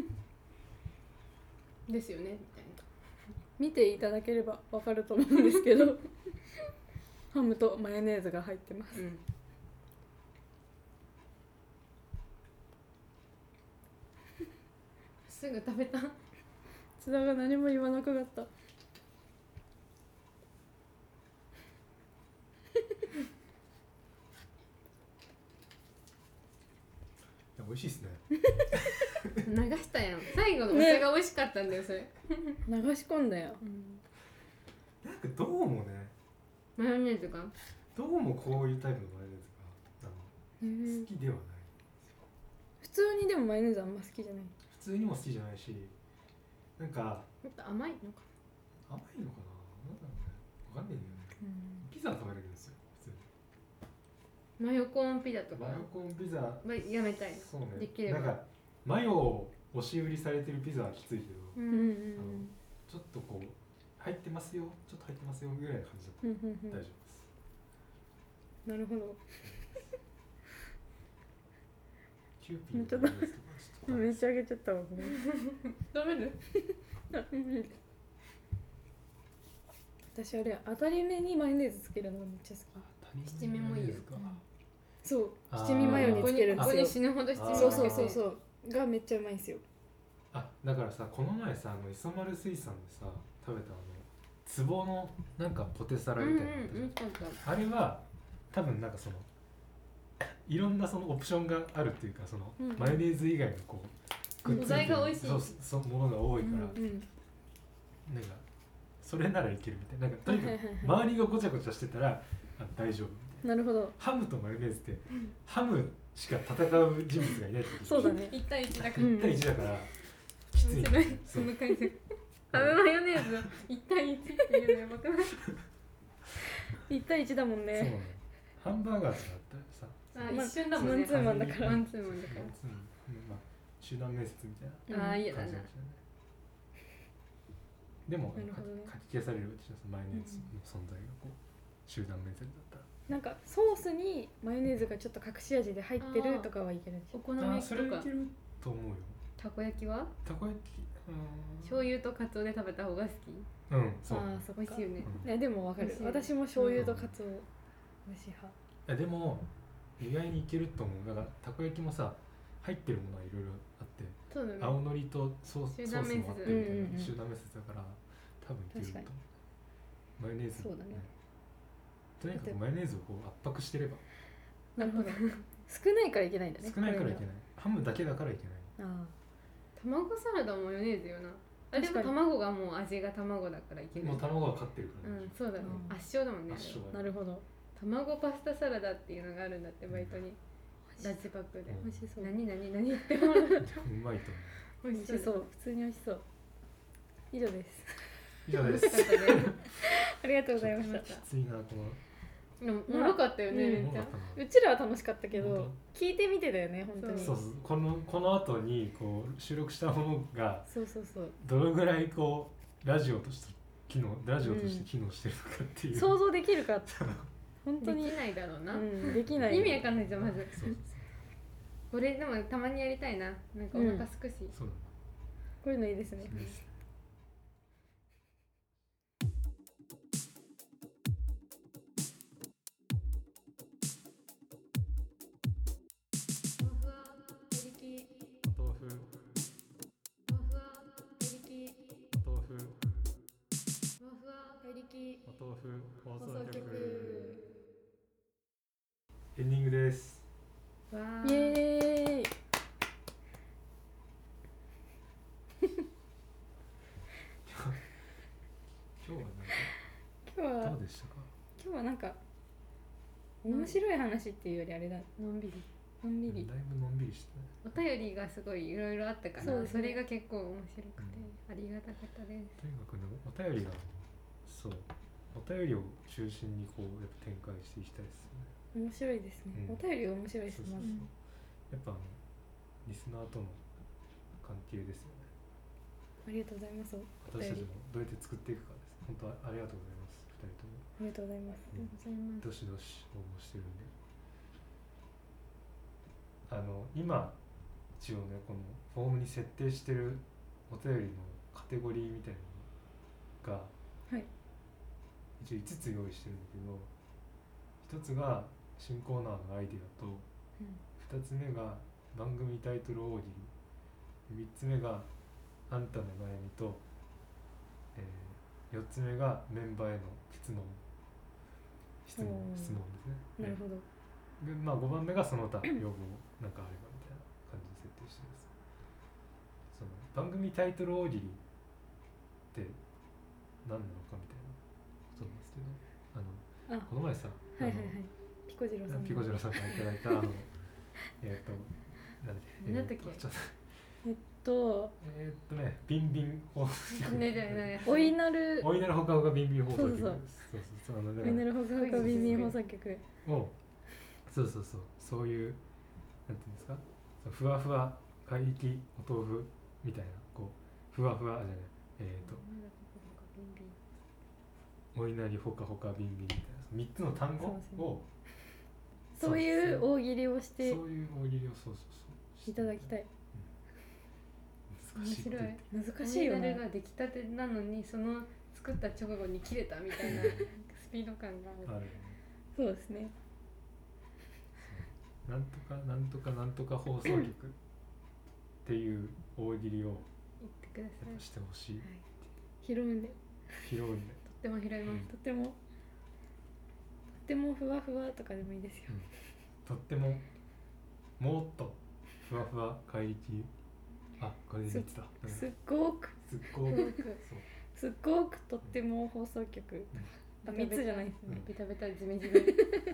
じですよねみたいな見ていただければわかると思うんですけど、ハムとマヨネーズが入ってます。 うんすぐ食べた津田が何も言わなくなった。 いや美味しいですね流したやん最後のお茶が美味しかったんだよそれ、 流し込んだよ。 なんかどうもねマヨネーズがどうもこういうタイプのマヨネーズがあの好きではない普通にでもマヨネーズあんま好きじゃない。 普通にも好きじゃないしなんかもっと甘いのか甘いのかななんだろうねわかんないんだよねピザは食べれるんですよ普通にマヨコーンピザとかマヨコーンピザはやめたいそうねできればなんかマヨを押し売りされてるピザはきついけど、 ううんうんあのちょっとこう入ってますよちょっと入ってますよぐらいの感じだったうんうんうんら大丈夫です、 なるほど。 キューピーのマヨネーズとかちょっとめっちゃあげちゃったわ。これ食べる私あれ当たり目にマヨネーズつけるのがめっちゃ好当た七味もいいよかそうあー七味マヨにつけるんここにですよ。 死ぬほど七味そうそうかけてそうそうがめっちゃうまいんですよ。 あだからさこの前さあの磯丸水産でさ食べたあの壺のなんかポテサラうんうんみたいなのあったじゃんうんそうそうあれは多分なんかそのいろんなそのオプションがあるっていうかその、 うんうんマヨネーズ以外のこうくっついてる素材が美味しいそうそうものが多いから、 うんうんなんかそれならいけるみたいななんかとにかはいはいはいく周りがごちゃごちゃしてたらあ大丈夫みたいななるほど。 ハムとマヨネーズってハムしか戦う人物がいないってそうだね。 一対一だからうんいち対いちだからきつい面白いそそうの解説ハムマヨネーズ一対一っていうのやばくない一対一だもんそうなのね。 ハンバーガーとかだったらさあまあ一瞬だもんねマンツーマンだからマンツーマンだかうんまあ集団面接みたいならああ嫌だな感じかもしれないでもなるほどねかき消される私はそのマヨネーズの存在がこう集団面接だったらなんかソースにマヨネーズがちょっと隠し味で入ってるとかはいけるんでしょ。 お好みあー焼きとかそれいけると思うよたこ焼きはたこ焼きうーん醤油とカツオで食べた方が好きうんそうああそっか。 美味しいよねうんねでもわかる美味。しい私も醤油とカツオ美味しい派。 いやでも意外にいけると思うだからたこ焼きもさ入ってるものはいろいろあってそうだね青のりとソース集団面接ソースもあってみたいうんうんうんな集団面接だから多分いけると思うマヨネーズそうだねとにかくマヨネーズをこう圧迫してればなるほど。少ないからいけないんだね。 少ないからいけこれにないハムだけだからいけないは。あ卵サラダもマヨネーズよなあでも確かに卵がもう味が卵だからいけるもう卵が勝ってるからねうんそうだねうん圧勝だもんねあれ圧勝あ。なるほど。 卵パスタサラダっていうのがあるんだってバイトにラジバックでうん美味しそう。 何何何って思ううまいと思う美味しそう美味しそう。普通に美味しそう。以上です。 以上です美味しかったねありがとうございました。 きついなこのでもおもろかったよね、 うんめっちゃもろかったなうちらは楽しかったけ本ど、聞いてみてだよね本当に。 そうそうこのこの後にこう収録したものがそうそうそう。 どのぐらいこうラジオとして機能ラジオとして機能してるのかっていう、 想像できるか本当にできないだろうな、 うんできない。 意味わかんないじゃんまずそうそうこれでもたまにやりたいななんかお腹すくし、 そうこういうのいいですね。 なんですお豆腐お豆腐お豆腐放送局エンディングですわイエーイ。 今日は今日はなんかどうでしたか今日はなんか面白い話っていうよりあれだのんびりのんびり。 だいぶのんびりしてねお便りがすごいいろいろあったからそ,、 そうですねれが結構面白くて、ありがたかったですとにかくねお便りがそうお便りを中心にこうやっぱ展開していきたいですよね面白いですね。 うんお便りが面白いですそうそうそうまず。 やっぱあのリスナーとの関係ですよねありがとうございます。お私たち便りもどうやって作っていくかです本当はありがとうございますふたりともありがとうございます。 ありがとうございますどしどし応募してるんであの今一応ねこのフォームに設定してるお便りのカテゴリーみたいなのがはい。 一応いつつ用意してるんだけどひとつが新コーナーのアイデアとうんふたつめが番組タイトル大喜利みっつめがあんたの悩みと、えー、よっつめがメンバーへの質問質問おー質問ですねなるほど。 でまあごばんめがその他要望なんかあればみたいな感じで設定してますその番組タイトル大喜利って何なのかみたいなことなんですけどあのあ、 この前さはいはいはい。ピコジロあのさんの。 ピコジロさんからいただいたあのえっとなんだっけ何だったっけえーちょっとえっとえーっとねビンビン放送局ねねねおいなるおいなるほかほかビンビン放送局そうそうそうそうそうあのおいなねるほかほかビンビン放送局。 をそうそうそうそういうなんていうんですかそうふわふわ怪力お豆腐みたいなこうふわふわじゃないえーっとおいなりほかほかビンビンみたいなみっつの単語をそういう大喜利をしてそういう大喜利をそうそうそういただきたい。 難しいこと言って難難しいよね。 が出来たてなのにその作った直後に切れたみたいなスピード感があるあるそうですね。 なんとかなんとかなんとか放送局っていう大喜利を言ってください。 してほしい。 拾うんで、 拾うんで。 とっても拾います。 とてもとってもふわふわとかでもいいですよ。 とってももっとふわふわ怪力。あ、これで言ってた。 すっごくすっごくそうすっごくとっても放送局。あ、みっつじゃないですね。 ベタベタジメジメ。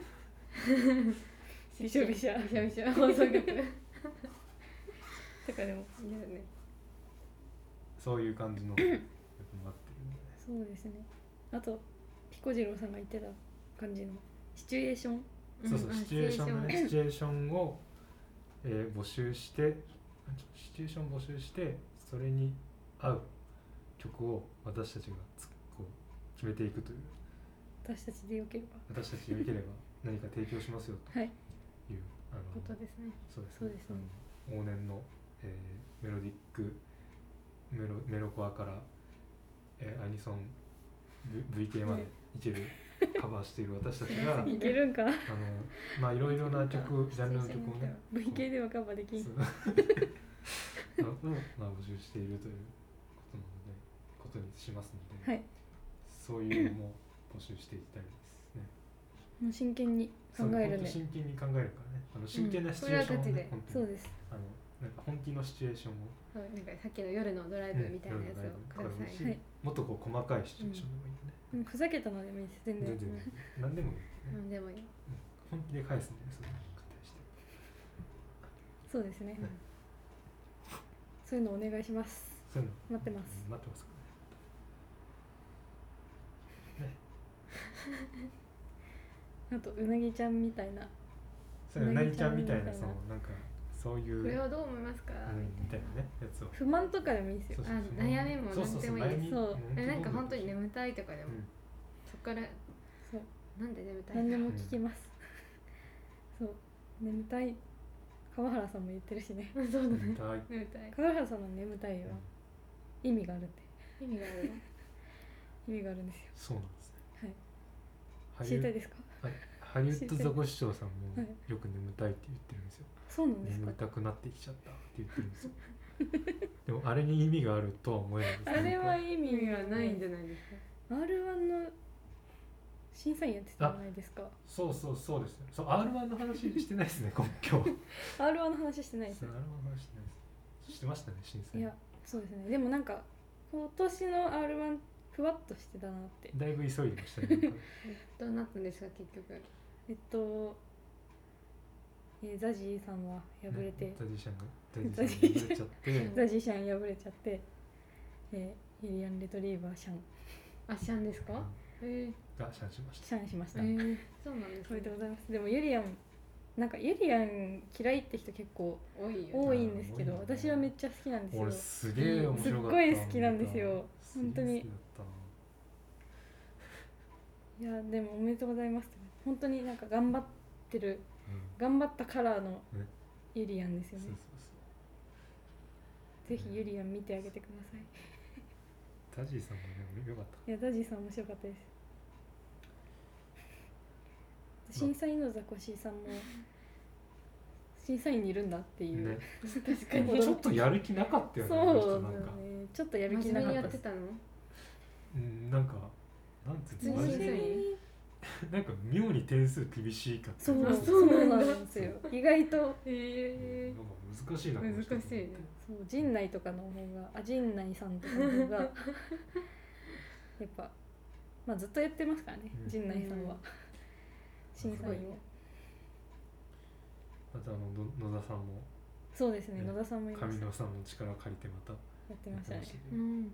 びしょびしょびしょびしょ放送局。 とかでもいいよね。 そういう感じのやつもあってるんで。 そうですね。あとピコ次郎さんが言ってた感じのシチュエーション。 そうそう、シチュエーションね、シチュエーションを、えー募集して、シチュエーション募集して、それに合う曲を私たちがつこう決めていくという。 私たちでよければ。 私たちでよければ何か提供しますよという、 はい、 あのことですね。 そうですそうですね。 あの往年の、えーメロディックメロメロコアから、えーアニソン V- ブイケー までいけるカバーしている私たちがいけるんかな。 あのまあいろいろな曲ジャンルの曲をねブイケー ではカバーできん。 そうあのを、まあ、募集しているということなのでことにしますので、 はい。 そういうのも募集していきたいですね。 もう真剣に考えるんで。 そう真剣に考えるからね。あの真剣なシチュエーションを、ねうんそれはガチで本当にそうです。 あのなんか本気のシチュエーションを、 そうなんかさっきの夜のドライブみたいなやつをください。 うんはい。 もっとこう細かいシチュエーションでもいいよね。 うんふざけたのでもいいです。全然。 全然何でもいいよね。 なんでもいい。 本気で返すんだよね、それに対して。 そうですね。 うんそういうのお願いします。 そういうの待ってます。 待ってますからね。ね。 あとうなぎちゃんみたいな。 そういううなぎちゃんみたいな、 うなぎちゃんみたいなそうなんかそういうこれをどう思いますか？ うんみたいなねやつを。 不満とかでもいいですよそう。そうそうあ悩みもそうそうそう何でもいいです悩みそうえなんかうん本当に眠たいとかでも、 うんそっからそう。 なんで眠たい何でも聞きます。そう。眠たい。川原さんも言ってるしね。 そうだね。 眠たい眠たい。 川原さんの眠たいは意味があるって。 意味があるの？ 意味があるんですよ。 そうなんですね。 はい。 ハリウッ知りたいですか？ はいハリウッドザコシショウさんもはいよく眠たいって言ってるんですよ。 そうなんですか眠。たくなってきちゃったって言ってるんですよ。でもあれに意味があるとは思えないですあれは意意味味はないんじゃ。 ゃないですか？ アールワン の審査員やってたじゃないですか。 そうそうそうですね。そう アールワン の話してないですね今今日。 アールワン の話してないですそう アールワン の話してないです。してましたね審査員。 いや、そうですね。でもなんか今年の アールワン ふわっとしてたなって。 だいぶ急いでましたね。 どうなったんですか結局？ えっと、えーザジーさんは敗れて、 ザジシャンがザジシャンが敗れちゃって。 ザジーシャン敗れちゃって、えー、ユリアン・レトリーバーシャンあシャンですか？えがシャンしました。 シャンしました。 ー、えー、そうなんですおめねでとうございます。でもユリアンなんかユリアン嫌いって人結構多いよね。 多いんですけど、 あー多いね私はめっちゃ好きなんですよ。 俺すげえ面白かった。 すっごい好きなんですよすげえ本当に好きだったな。 いやでもおめでとうございます。本当になんか頑張ってるうん頑張ったカラーのねユリアンですよね。 そうそうぜひユリアン見てあげてください。 そう。ザジーさんもねよかった。 いやザジーさん面白かったです。審査員のザコシさんも審査員にいるんだっていう、 ね、 確かに。 ちょっとやる気なかったよね。 そうあの人だねなんか、 ちょっとやる気真面目なかったです。 にやってたの？ うん、なんかなんつうの普通に審査員なんか妙に点数厳しいかったそうあそうそうなんだなんですよ。意外とえなんか難しいなこの人難しいねそう陣内とかの方があ陣内さんとかの方がやっぱまあずっとやってますからね、 うん陣内さんは、審査員を。 またあのの野田さんもそうですね、 ね野田さんもいました。 上野さんの力を借りてまたやってましたね。 けー、うん。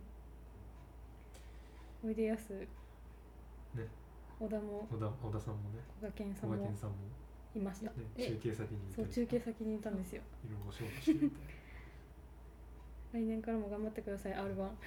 おいでやすね小田も小田小田さんもね小賀健さんも小賀健さんも、 いました。 ね、 え中継先にいたそうり中継先にいたんですよ。 いろいろお仕事してるみたい来年からも頑張ってください アールワン。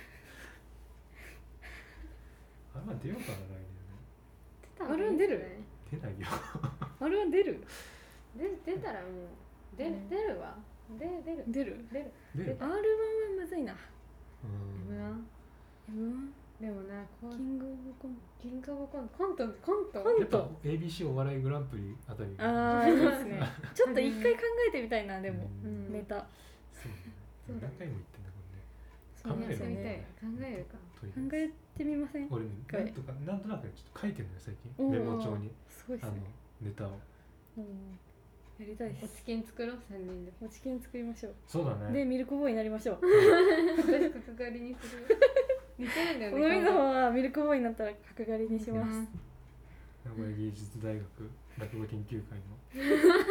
あれは出ようかな来出たあれは出る年ね出ないよアールワン出るで出たらもう出うん出るわ。で出る出る出る。 出るアールワン はむずいな。 うんエムワンエムワンでもなこうキングオブコンキングオブコントコントコントコンやっぱ エービーシー お笑いグランプリあたりトああいいですねちょっと一回考えてみたいなでも、 うんうんネタそうねそうだ何回も言ってんだもんねそうなんですよやってみたいね考えるかとりあえず考えてみません俺ねはいなんとかなんとなくちょっと書いてるのよ最近おーメモ帳にあのすごいですねネタをうんやりたいでおすチキン作ろうさんにんでおチキン作りましょうそうだねでミルクボーイになりましょう私角刈りにする似てるんだよねおのみの方はミルクボーイになったら角刈りにします名古屋芸術大学落語研究会の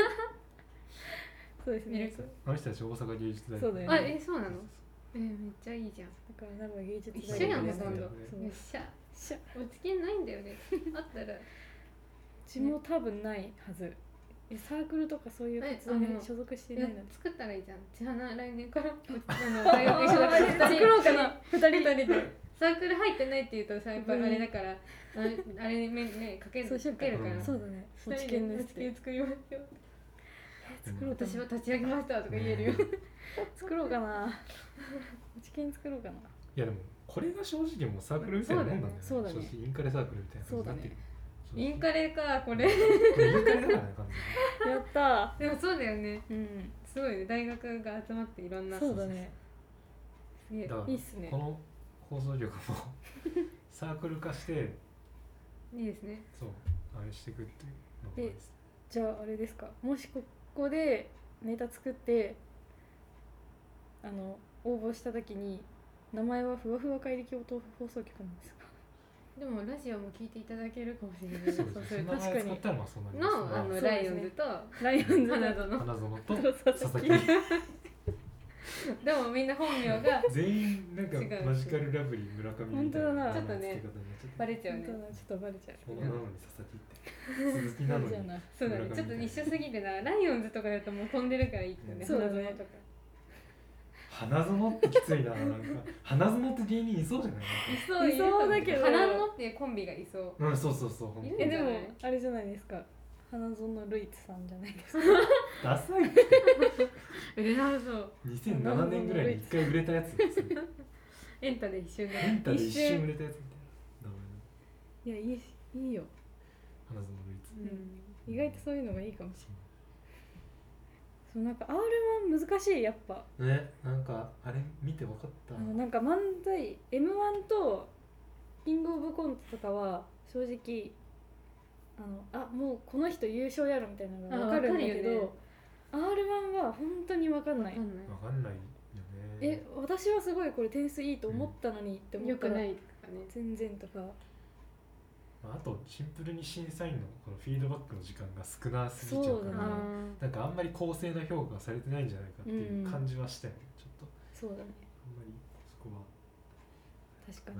そうですねミルクあの人たち大阪芸術大学そうだよあえそうなのえめっちゃいいじゃんだから名古屋芸術一緒やんねそう今度よそうっしゃしゃおチキンないんだよねあったらうちも多分ないはずえサークルとかそういう活動にえあの所属していやないので作ったらいいじゃん千花来年からあの大学一緒だから作ろうかな二人二人でサークル入ってないって言うとさやっぱあれだからああれねねかけそうしようかかけるからうんそうだねお二人チキンですっおチキンて作りましょう作ろうかな私は立ち上げましたとか言えるよ作ろうかなおチキン作ろうかないやでもこれが正直もうサークルみたいなもんなんだよねそうだね正直インカレサークルみたいな感じになってるインカレかこれこれインカレだからね完全にやったでもそうだよねーうんすごいね大学が集まっていろんなそうだねすげえだからいいっすねこの放送局もサークル化していいですねそうあれしていくっていうのがいいですじゃああれですかもしここでネタ作ってあの応募した時に名前はふわふわ怪力音放送局なんですかでもラジオも聞いていただけるかもしれないそうですねその名前使ったらまあそうなりますのあのそうですねライオンズとライオンズ花園花園とと佐々木佐々木でもみんな本名が全員なんか違うマジカルラブリー村上みたいな本当だなちょっとねバレちゃうね本当だちょっとバレちゃうこのなのに佐々木って鈴木なのにじゃあなそうだねちょっと一緒すぎてなライオンズとかだともう飛んでるからいいけどねそうだね花園とか花園ってきついななんか花園って芸人いそうじゃないいそういそうだけど花園っていうコンビがいそううんそうそうそうほんといるえでもいいんじゃないあれじゃないですか花園ルイツさんじゃないですかダサい売れなそうにせんななねんぐらいにいっかい売れたやつですよエンタで一瞬でエンタで一瞬売れたやつみたいな名前のいやいいしいいよ、 花園のいつうん意外とそういうのがいいかもしれないそうなんか アールワン 難しいやっぱねなんかあれ見て分かったあのなんか漫才 エムワン とキングオブコントとかは正直あのあもうこの人優勝やろみたいなのが分かるんだけど、 あ分かるよねアールワン は本当に分かんないわかんない分かんないよねえ私はすごいこれ点数いいと思ったのにって思ったら、 よくないとかね全然とかまああとシンプルに審査員のこのフィードバックの時間が少なすぎちゃうからそうだねあなんかあんまり公正な評価がされてないんじゃないかっていう感じはしたよね、ちょっとそうだねあんまりそこは確かに、 ね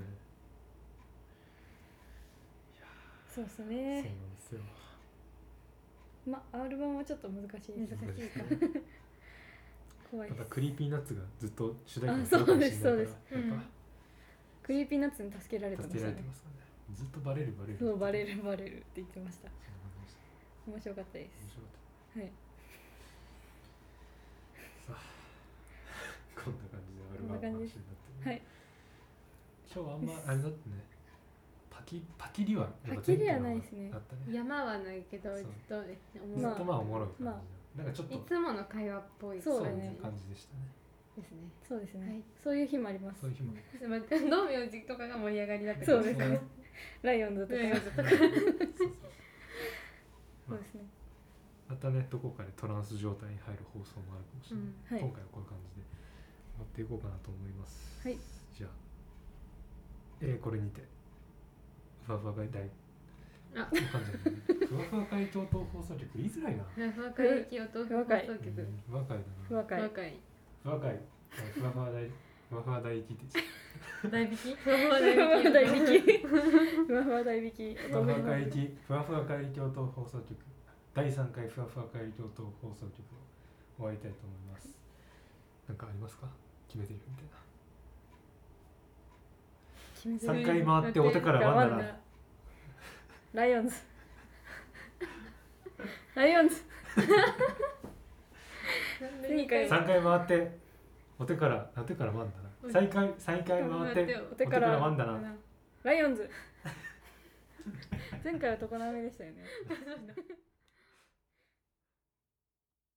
そうですそうなんねですよまあ アールワン はちょっと難しいです難しいか怖いですまたクリーピーナッツがずっと主題歌あにするかもしれないからそうですそうですやっクリーピーナッツに助けられぱてましたね助けられてますからねずっとバレるバレるそうバレるバレるって言ってましたそんな感じでした面白かったで面す白かったはいさあこんな感じでアルバムの話になって、 はい今日はあんまあれだってねパキパキリはやっぱパキリはないですねあったね山はないけどそうずっとねずまあっとまあおもろい感じの、 まなんかちょっといつもの会話っぽいそうだねいう感じでしたねですねそうですね、 はいそういう日もありますそういう日もまあ道明寺とかが盛り上がりだったそうですねねライオンズとかライオンズとかそうそうそうですねまたねどこかでトランス状態に入る放送もあるかもしれない、 はい今回はこういう感じで持っていこうかなと思いますはいじゃあ、えー、これにてふわふわが大あわかんないふわふわ会京都放送局言いづらいなふわかいき音放送局うんふわ会だな不和会若いふわ会ふわふわ大ふわふわ大聞いて大引きふわふわふわふわ大大引引きふわふわ大引きふわふわ会議ふわふわ会京都放送局だいさんかいふわふわ会京都放送局を終わりたいと思いますなんかありますか決めてるみたいな決めてさんかい回ってお手からワンダラライオンズライオンズ二回さんかい回ってお手からお手からワンダなさんかいさんかい回ってお手からワンダなライオンズ前回は常滑でしたよね